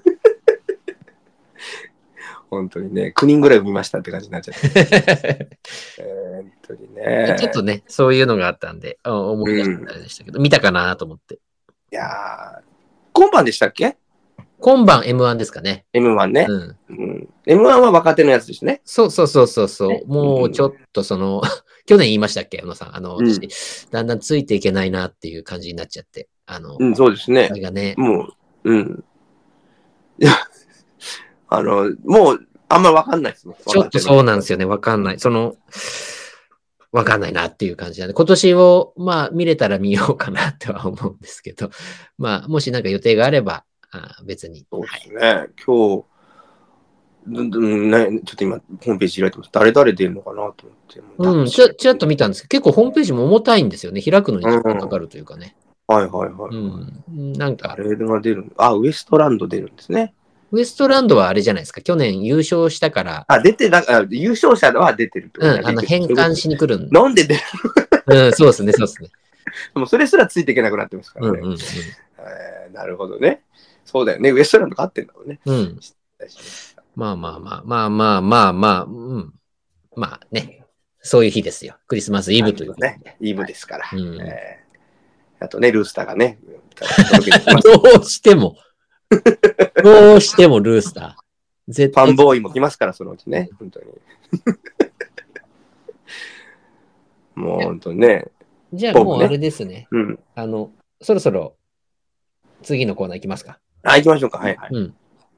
本当にね、きゅうにんぐらい見ましたって感じになっちゃって。えー、本当にね。 ちょっとね、そういうのがあったんで、思い出したんでしたけど、うん、見たかなと思って。 いやー、今晩でしたっけ？ 今晩 エムワン ですかね。 エムワン ね。うんうん、エムワン は若手のやつですね。 そうそうそうそうそう、ね。もうちょっとその、去年言いましたっけ、小野さん。あの、うん、だんだんついていけないなっていう感じになっちゃって。あの、 うん、そうですね。 それがね。 もう、うん。いや、あの、もう、あんまわかんないですね。 ちょっとそうなんですよね。わかんない。その、わかんないなっていう感じなんで、今年を、まあ、見れたら見ようかなっては思うんですけど、まあ、もしなんか予定があれば、あ別に。 そうですね。はい、今日、ね、ちょっと今、ホームページ開いてます。誰々出るのかなと思って。 うん、ちょ、ちらっと見たんですけど、結構ホームページも重たいんですよね。開くのに時間かかるというかね。 うん、はいはいはい。 うん。なんか。 誰が出るあ、ウエストランド出るんですね。 ウエストランドはあれじゃないですか。去年優勝したから。 あ、出てな、あ優勝者は出てるってこと、うん、あの、変換しに来るんなんで出るうん、そうですね、そうですね。 でもそれすらついていけなくなってますからね。うんうんうんえー、なるほどね。そうだよね。ウエストランド勝ってんだろうね。 うん。まあまあまあ、まあまあまあまあ、うん。まあね。そういう日ですよ。クリスマスイブというね。イブですから。 はい、うんえー、あとね、ルースターがね。 どうしても。どうしてもルースター。 絶対ファンボーイも来ますから、そのうちね。本当に。もう本当にね。 じゃあもうあれですね。 うん。 あの、そろそろ次のコーナー行きますか。 あ、行きましょうか。はいはい。うん。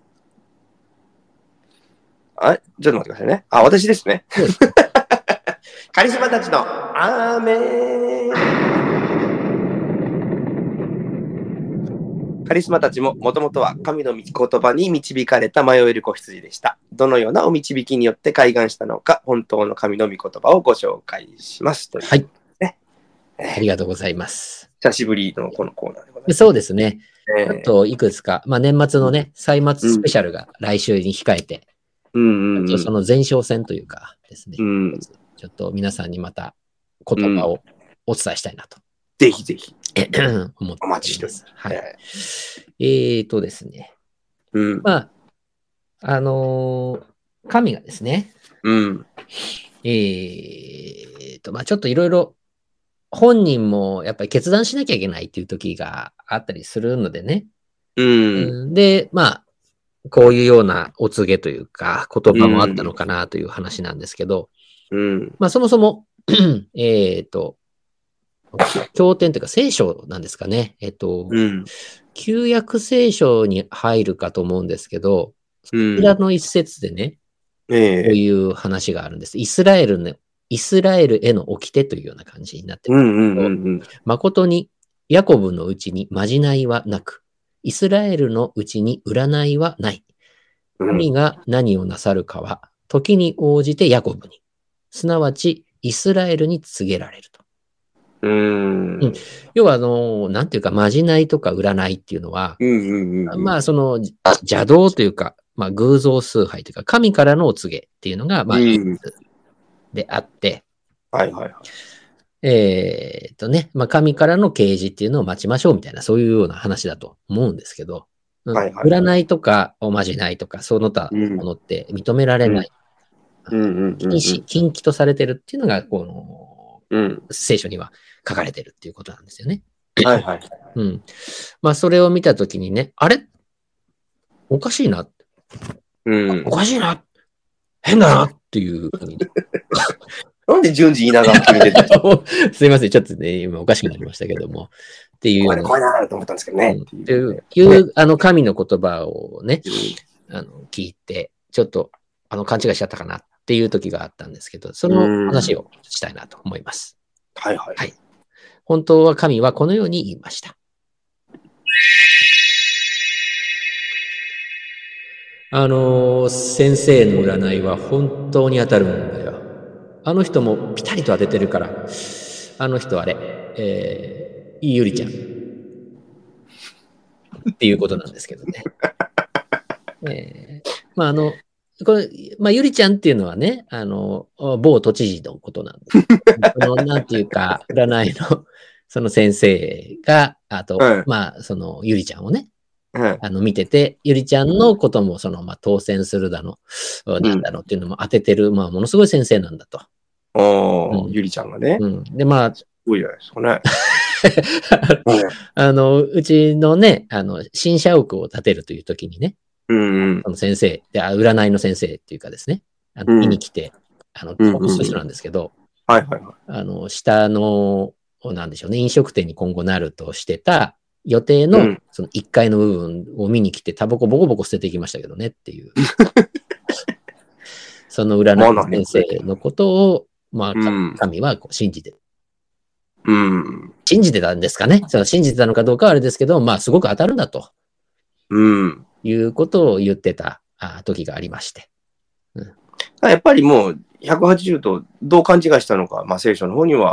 あ、ちょっと待ってくださいね。あ、私ですね。カリスマたちのアーメン。カリスマたちももともとは神の言葉に導かれた迷える子羊でした。どのようなお導きによって開眼したのか、本当の神の御言葉をご紹介します。というはい、ね。ありがとうございます。 久しぶりのこのコーナーでございます。 そうですね。えー、あといくつか、まあ、年末のね、歳末スペシャルが来週に控えて、うんうんうん、その前哨戦というかですね、うん、ちょっと皆さんにまた言葉をお伝えしたいなと。 ぜひぜひ。 思ってお待ちしております。 はい。えーとですね。うん、まあ、あのー、神がですね。うん。えーと、まあちょっといろいろ本人もやっぱり決断しなきゃいけないっていう時があったりするのでね。うん。で、まあ、こういうようなお告げというか、言葉もあったのかなという話なんですけど。うん。まあそもそも、えーと、経典というか聖書なんですかね。えっと、うん、旧約聖書に入るかと思うんですけど、そちらの一節でね、うん、こういう話があるんです。イスラエルの、イスラエルへの掟というような感じになってるんですけど、誠にヤコブのうちにまじないはなく、イスラエルのうちに占いはない。神が何をなさるかは、時に応じてヤコブに、すなわちイスラエルに告げられると。うん、要は、あの、なんていうか、まじないとか占いっていうのは、まあ、その、邪道というか、まあ、偶像崇拝というか、神からのお告げっていうのが、まあ、いいであって、はいはいはい。えっとね、まあ、神からの啓示っていうのを待ちましょうみたいな、そういうような話だと思うんですけど、はいはい、占いとかおまじないとか、その他ものって認められない。禁止、禁忌とされてるっていうのが、この、うん、聖書には書かれてるっていうことなんですよね。はいはい。うん。まあ、それを見たときにね、あれおかしいな。うん。おかしいな。変だなっていうふうに。 なんで順次言いながら決めてたすいません。ちょっとね、今おかしくなりましたけども。っていう。 怖いな、怖いなと思ったんですけどね。 っていう、いう、あの、神の言葉をね、あの、聞いて、ちょっと、あの、勘違いしちゃったかなっていう時があったんですけど、その話をしたいなと思います。 はいはい。はい。 本当は神はこのように言いました。あのー、先生の占いは本当に当たるんだよ。あの人もピタリと当ててるから、あの人あれ、えー、ゆりちゃん。っていうことなんですけどね。えー、まああの、これ、まあ、ゆりちゃんっていうのはね、あの、某都知事のことなんです。その、なんていうか、占いの、その先生が、あと、はい、まあ、その、ゆりちゃんをね、はい、あの、見てて、ゆりちゃんのことも、その、まあ、当選するだの、うん、なんだのっていうのも当ててる、まあ、ものすごい先生なんだと。 ああ、うん、ゆりちゃんがね。 うん。で、まあ、 すごいじゃないですかね。 あの、うちのね、あの、新社屋を建てるという時にね、うんうん、その先生で、占いの先生っていうかですね、あの見に来て、あの、ホスト人なんですけど、 はいはいはい。 あの、下の、なんでしょうね、飲食店に今後なるとしてた予定の、うん、そのいっかいの部分を見に来て、タバコボコボコ捨ててきましたけどねっていう。その占いの先生のことを、まあ、神はこう信じてる。うん、信じてたんですかね。その信じてたのかどうかはあれですけど、まあ、すごく当たるんだと。うん。いうことを言ってた時がありまして。 うん、やっぱりもうひゃくはちじゅうとどう勘違いしたのか、まあ、聖書の方には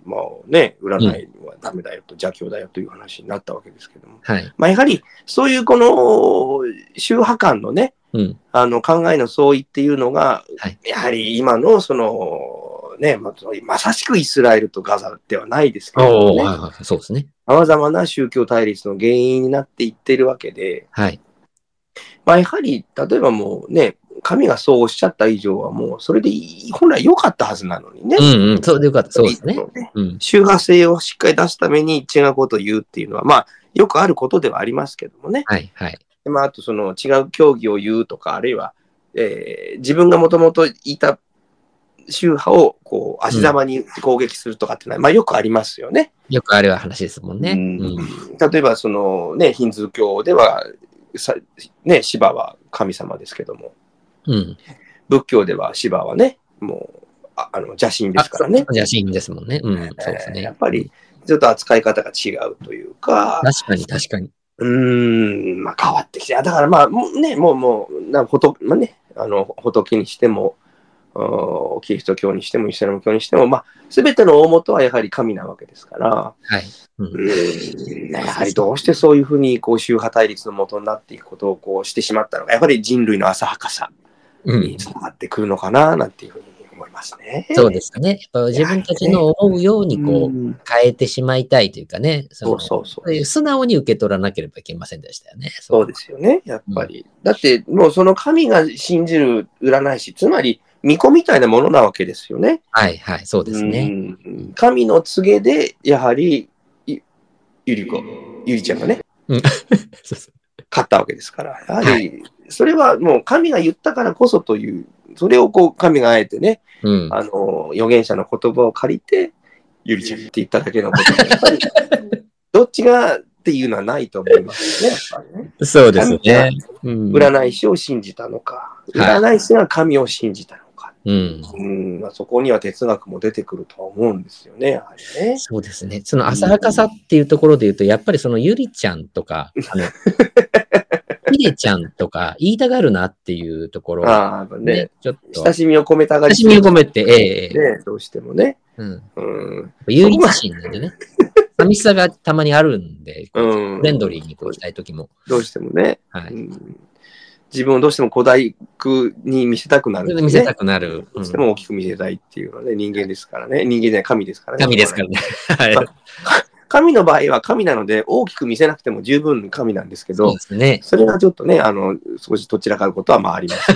まあね、占いはダメだよと、邪教だよという話になったわけですけども。 はい。 まあやはり、そういうこの宗派間のね、 うん。 あの考えの相違っていうのが、 はい。 やはり今のその、ね、まあ、まさしくイスラエルとガザではないですけれどもね、 はいはい、そうですね。 様々な宗教対立の原因になっていっているわけで、 はい。 まあやはり、例えばもうね、神がそうおっしゃった以上はもうそれで本来良かったはずなのにね。 うんうん、そうでよかった。そうですね。 ねうん。 宗派性をしっかり出すために違うことを言うっていうのは、まあよくあることではありますけどもね。 はいはい。 まああとその違う教義を言うとか、あるいは、えー、自分がもともといた宗派をこう足玉に攻撃するとかっていうのは、うん、まあよくありますよね。 よくある話ですもんね。 うんうん、例えばそのね、ヒンズー教では、さね、シバは神様ですけども、 うん、 仏教ではシバはね、もう、ああの邪神ですからね。 邪神ですもんね。うん、そうですね。 やっぱり、ちょっと扱い方が違うというか。 確かに、確かに。 うーん、まあ変わってきて、だからまあ、ね、もう、もう、なほと、まあね、あの、仏にしても、キリスト教にしても、イスラム教にしても、まあ、すべての大元はやはり神なわけですから、 はい。 うん、うんやはりどうしてそういうふうに、こう、宗派対立の元になっていくことをこうしてしまったのか、やっぱり人類の浅はかさにつながってくるのかな、なんていうふうに思いますね。 そうですね。やっぱ自分たちの思うようにこう、変えてしまいたいというかね、 そうそうそう。 素直に受け取らなければいけませんでしたよね。 そうですよね、やっぱり。うん、だって、もうその神が信じる占い師、つまり、巫女みたいなものなわけですよね。 はいはい、そうですね。 うん、神の告げで、やはり、ゆり子、ゆりちゃんがね、うん、勝ったわけですから、やはり、それはもう神が言ったからこそという、それをこう神があえてね、うん、あの預言者の言葉を借りて、ゆりちゃんって言っただけのことで、やっぱりどっちがっていうのはないと思いますね、やっぱりね。 そうですね。 占い師を信じたのか、占い師が神を信じたのか。うんうんまあ、そこには哲学も出てくるとは思うんですよね、やはりね。 そうですね。その浅はかさっていうところで言うと、やっぱりそのゆりちゃんとか、あの、ひでちゃんとか言いたがるなっていうところ、ね。 ああ、ね。 ちょっと。 親しみを込めたがり。 親しみを込めて、ええー。ね、どうしてもね。 うん。うん。唯一心なんでね。寂しさがたまにあるんで、うん、フレンドリーにこうしたいときも。 どうしてもね。 はい。 うん自分をどうしても小大工に見せたくなる、 ね。見せたくなる。 どうしても大きく見せたいっていうのはね、人間ですからね。人間じゃない、神ですからね。 神ですからね。はい。 神の場合は神なので、大きく見せなくても十分神なんですけど、 そうですね、 それがちょっとね、あの、少しどちらかることはまああります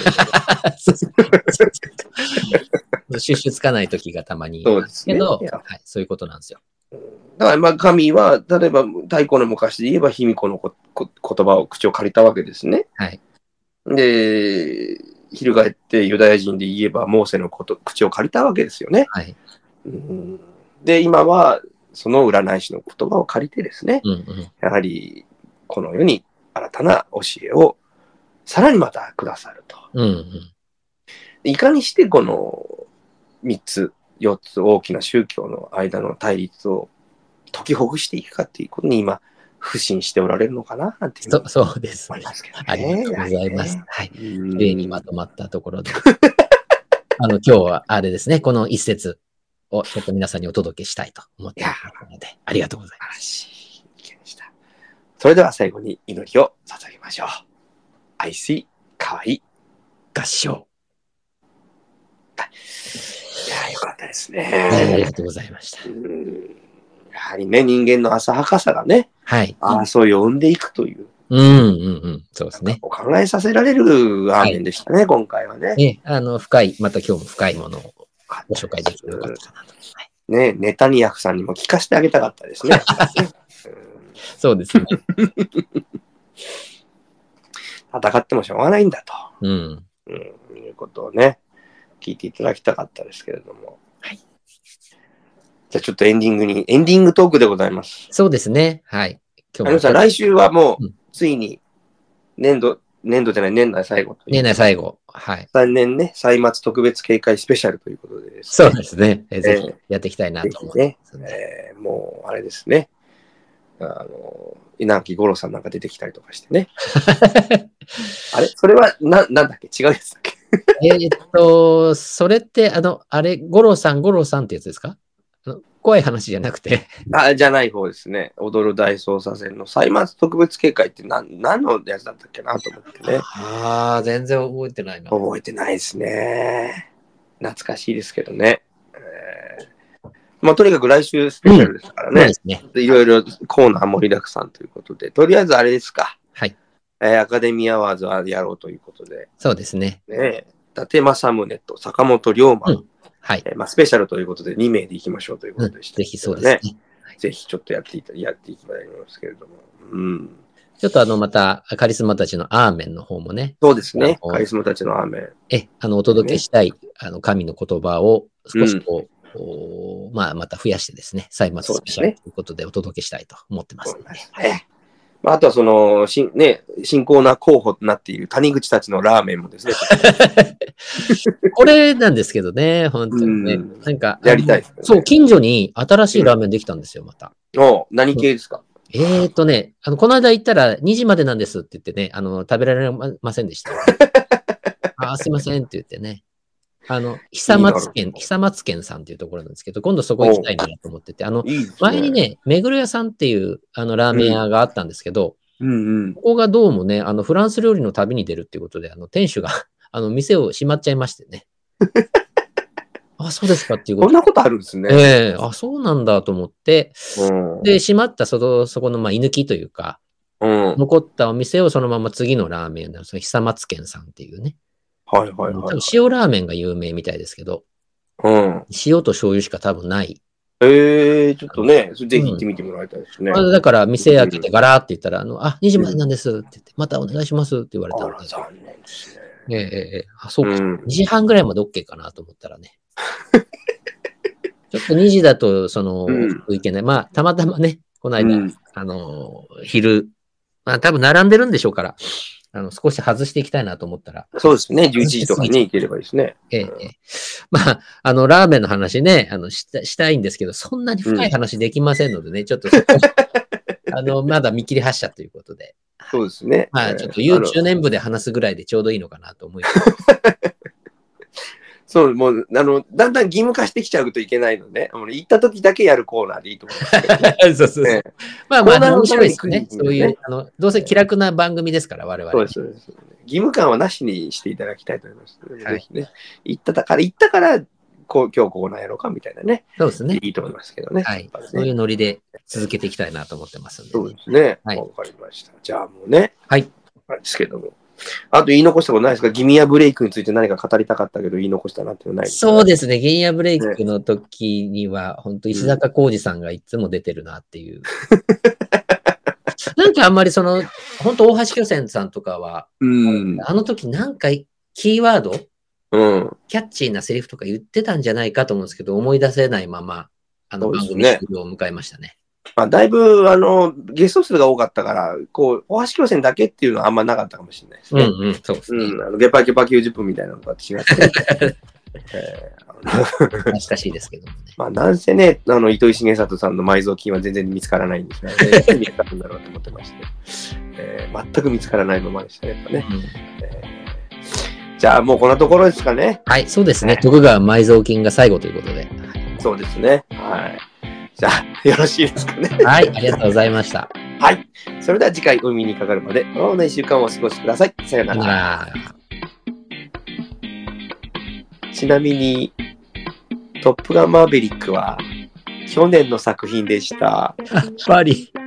ね。シュッシュつかない時がたまに。 そうですね。 けど、はい、そういうことなんですよ。 だからまあ神は、例えば太古の昔で言えば卑弥呼のここ言葉を口を借りたわけですね。 はい。 で、翻ってユダヤ人で言えばモーセのこと口を借りたわけですよね。 はいうん、で、今はその占い師の言葉を借りてですね、 うんうん、 やはりこの世に新たな教えをさらにまたくださると。 うんうん、 いかにしてこのみっつ、よっつ大きな宗教の間の対立を解きほぐしていくかっていうことに今、不信しておられるのかななんていうそそうですね。 ますけどね。 ありがとうございます。ね、はい。きれいにまとまったところで。あの、今日はあれですね、この一節をちょっと皆さんにお届けしたいと思っていますので、ありがとうございます。 それでは最後に祈りを捧げましょう。愛し、かわいい合唱。 いや、よかったですね。 ありがとうございました。 やはりね、人間の浅はかさがね、 はい。 争いを生んでいくという。 うんうんうん。そうですね。 考えさせられるアーメンでしたね、はい、今回はね。 ね、あの、深い、また今日も深いものをご紹介できてよかったかなと。 はい、ね、ネタニヤフさんにも聞かせてあげたかったですね。 そうですね。 戦ってもしょうがないんだと。 うん。 うん、いうことをね、聞いていただきたかったですけれども。 はい。 じゃあちょっとエンディングに、エンディングトークでございます。 そうですね。はい。 今日も。さん、来週はもう、ついに、年度、年度じゃない、年内最後という。 年内最後。はい。 さんねんね、歳末特別警戒スペシャルということでですね。そうですね。えー、ぜひやっていきたいなと思います、 ね。えー、もう、あれですね。あの、稲垣吾郎さんなんか出てきたりとかしてね。あれそれは、な、なんだっけ違うやつだっけえっと、それって、あの、あれ、五郎さん、五郎さんってやつですか？ 怖い話じゃなくて。 あ、じゃない方ですね。踊る大捜査線の歳末特別警戒って何、何のやつだったっけなと思ってね。 ああ、全然覚えてないな。 覚えてないですね。懐かしいですけどね。えー、まあ、とにかく来週スペシャルですからね。 うん、ねいろいろコーナー盛りだくさんということで、とりあえずあれですか。 はい。 えー、アカデミーアワーズはやろうということで。 そうですね。 ね、伊達政宗と坂本龍馬、うん、 はい。 えーまあ、スペシャルということでに名でいきましょうということでした、ね、 うん、ぜひそうですね。 ぜひちょっとやっていたやっていきたいと思いますけれども。うん。 ちょっとあの、また、カリスマたちのアーメンの方もね。 そうですね。カリスマたちのアーメン。 え、あの、お届けしたい、ね、あの、神の言葉を少しこう、うん、まあ、また増やしてですね、歳末スペシャルということでお届けしたいと思ってます、ね。そうですね。 まあ、あとはその、しね、新興な候補となっている谷口たちのラーメンもですね。 これなんですけどね、本当にね。んなんか、 やりたいですね。 そう、近所に新しいラーメンできたんですよ、また。 お何系ですか、 うん、えーとね、あの、この間行ったらにじまでなんですって言ってね、あの、食べられませんでした。あ、すいませんって言ってね。あの、久松県、久松県さんっていうところなんですけど、今度そこ行きたいなと思ってて、あの、いいね、前にね、めぐる屋さんっていう、あの、ラーメン屋があったんですけど、 うんうんうん、 ここがどうもね、あの、フランス料理の旅に出るっていうことで、あの、店主が、あの、店を閉まっちゃいましてね。あ、そうですかっていうこと。こんなことあるんですね。 ええー、あ、そうなんだと思って、うん、で、閉まったその、そこの、まあ、居抜きというか、うん、残ったお店をそのまま次のラーメン屋の、その久松県さんっていうね。 はいはいはい、はい。 多分塩ラーメンが有名みたいですけど、うん、塩と醤油しか多分ない。 ええー、ちょっとね、ぜひ行ってみてもらいたいですね。 うん、だから、店開けてガラーって言ったら、あの、あ、にじまでなんですって言って、またお願いしますって言われたんで。 あら、残念ですね。 えええ、あ、そうか、うん。にじはんぐらいまで OK かなと思ったらね。ちょっとにじだと、その、うん、いけない。まあ、たまたまね、この間、うん、あの、昼、まあ、多分並んでるんでしょうから、あの、少し外していきたいなと思ったら。 そうですね。じゅういちじとかに行ければいいですね。 ええ、ええ。まあ、あの、ラーメンの話ね、あの、した、したいんですけど、そんなに深い話できませんのでね、うん、ちょっと、あの、まだ見切り発車ということで。 そうですね。 まあ、ちょっと、ゆう中年部で話すぐらいでちょうどいいのかなと思います。 そう、もう、あの、だんだん義務化してきちゃうといけないので、もう行った時だけやるコーナーでいいと思いますけど、ね。 そうそうそう。ね、まあまあ、面白いですね。そういう、あの、どうせ気楽な番組ですから、我々。 そうです、そうです。義務感はなしにしていただきたいと思います。はい、ぜひね、行ったから、行ったから、こう、今日コーナーやろうかみたいなね。 そうですね。 いいと思いますけどね。 はい。ね、そういうノリで続けていきたいなと思ってますんで、ね。 そうですね。わ、はい、かりました。じゃあもうね。 はい。 あれですけども。あと言い残したことないですか？ギミアブレイクについて何か語りたかったけど言い残したなっていうのないですか？ そうですね。ギミアブレイクの時には、ね、本当石坂浩二さんがいつも出てるなっていう。うん、なんかあんまりその、本当大橋巨泉さんとかは、うん、あの時なんかキーワード、うん、キャッチーなセリフとか言ってたんじゃないかと思うんですけど、思い出せないまま、あの番組終了を迎えましたね。 まあ、だいぶ、あの、ゲスト数が多かったから、こう、大橋巨泉だけっていうのはあんまなかったかもしれないですね。 うんうん、そうですね。うん、 あのゲパゲパきゅうじゅっぷんみたいなのとは違って。 えー、懐かしいですけどもね。 まあ、なんせね、あの、糸井重里さんの埋蔵金は全然見つからないんですが、ね、見つかるんだろうと思ってまして、えー、全く見つからないままでしたね、やっぱね。うんえー、じゃあ、もうこんなところですかね。 はい、そうですね。徳川埋蔵金が最後ということで。 そうですね。はい。じゃあ、よろしいですかね。 はい、ありがとうございました。 はい。それでは次回、海にかかるまで、このいっしゅうかんをお過ごしください。さよなら。ちなみに、トップガンマーヴェリックは、去年の作品でした。 やっぱり。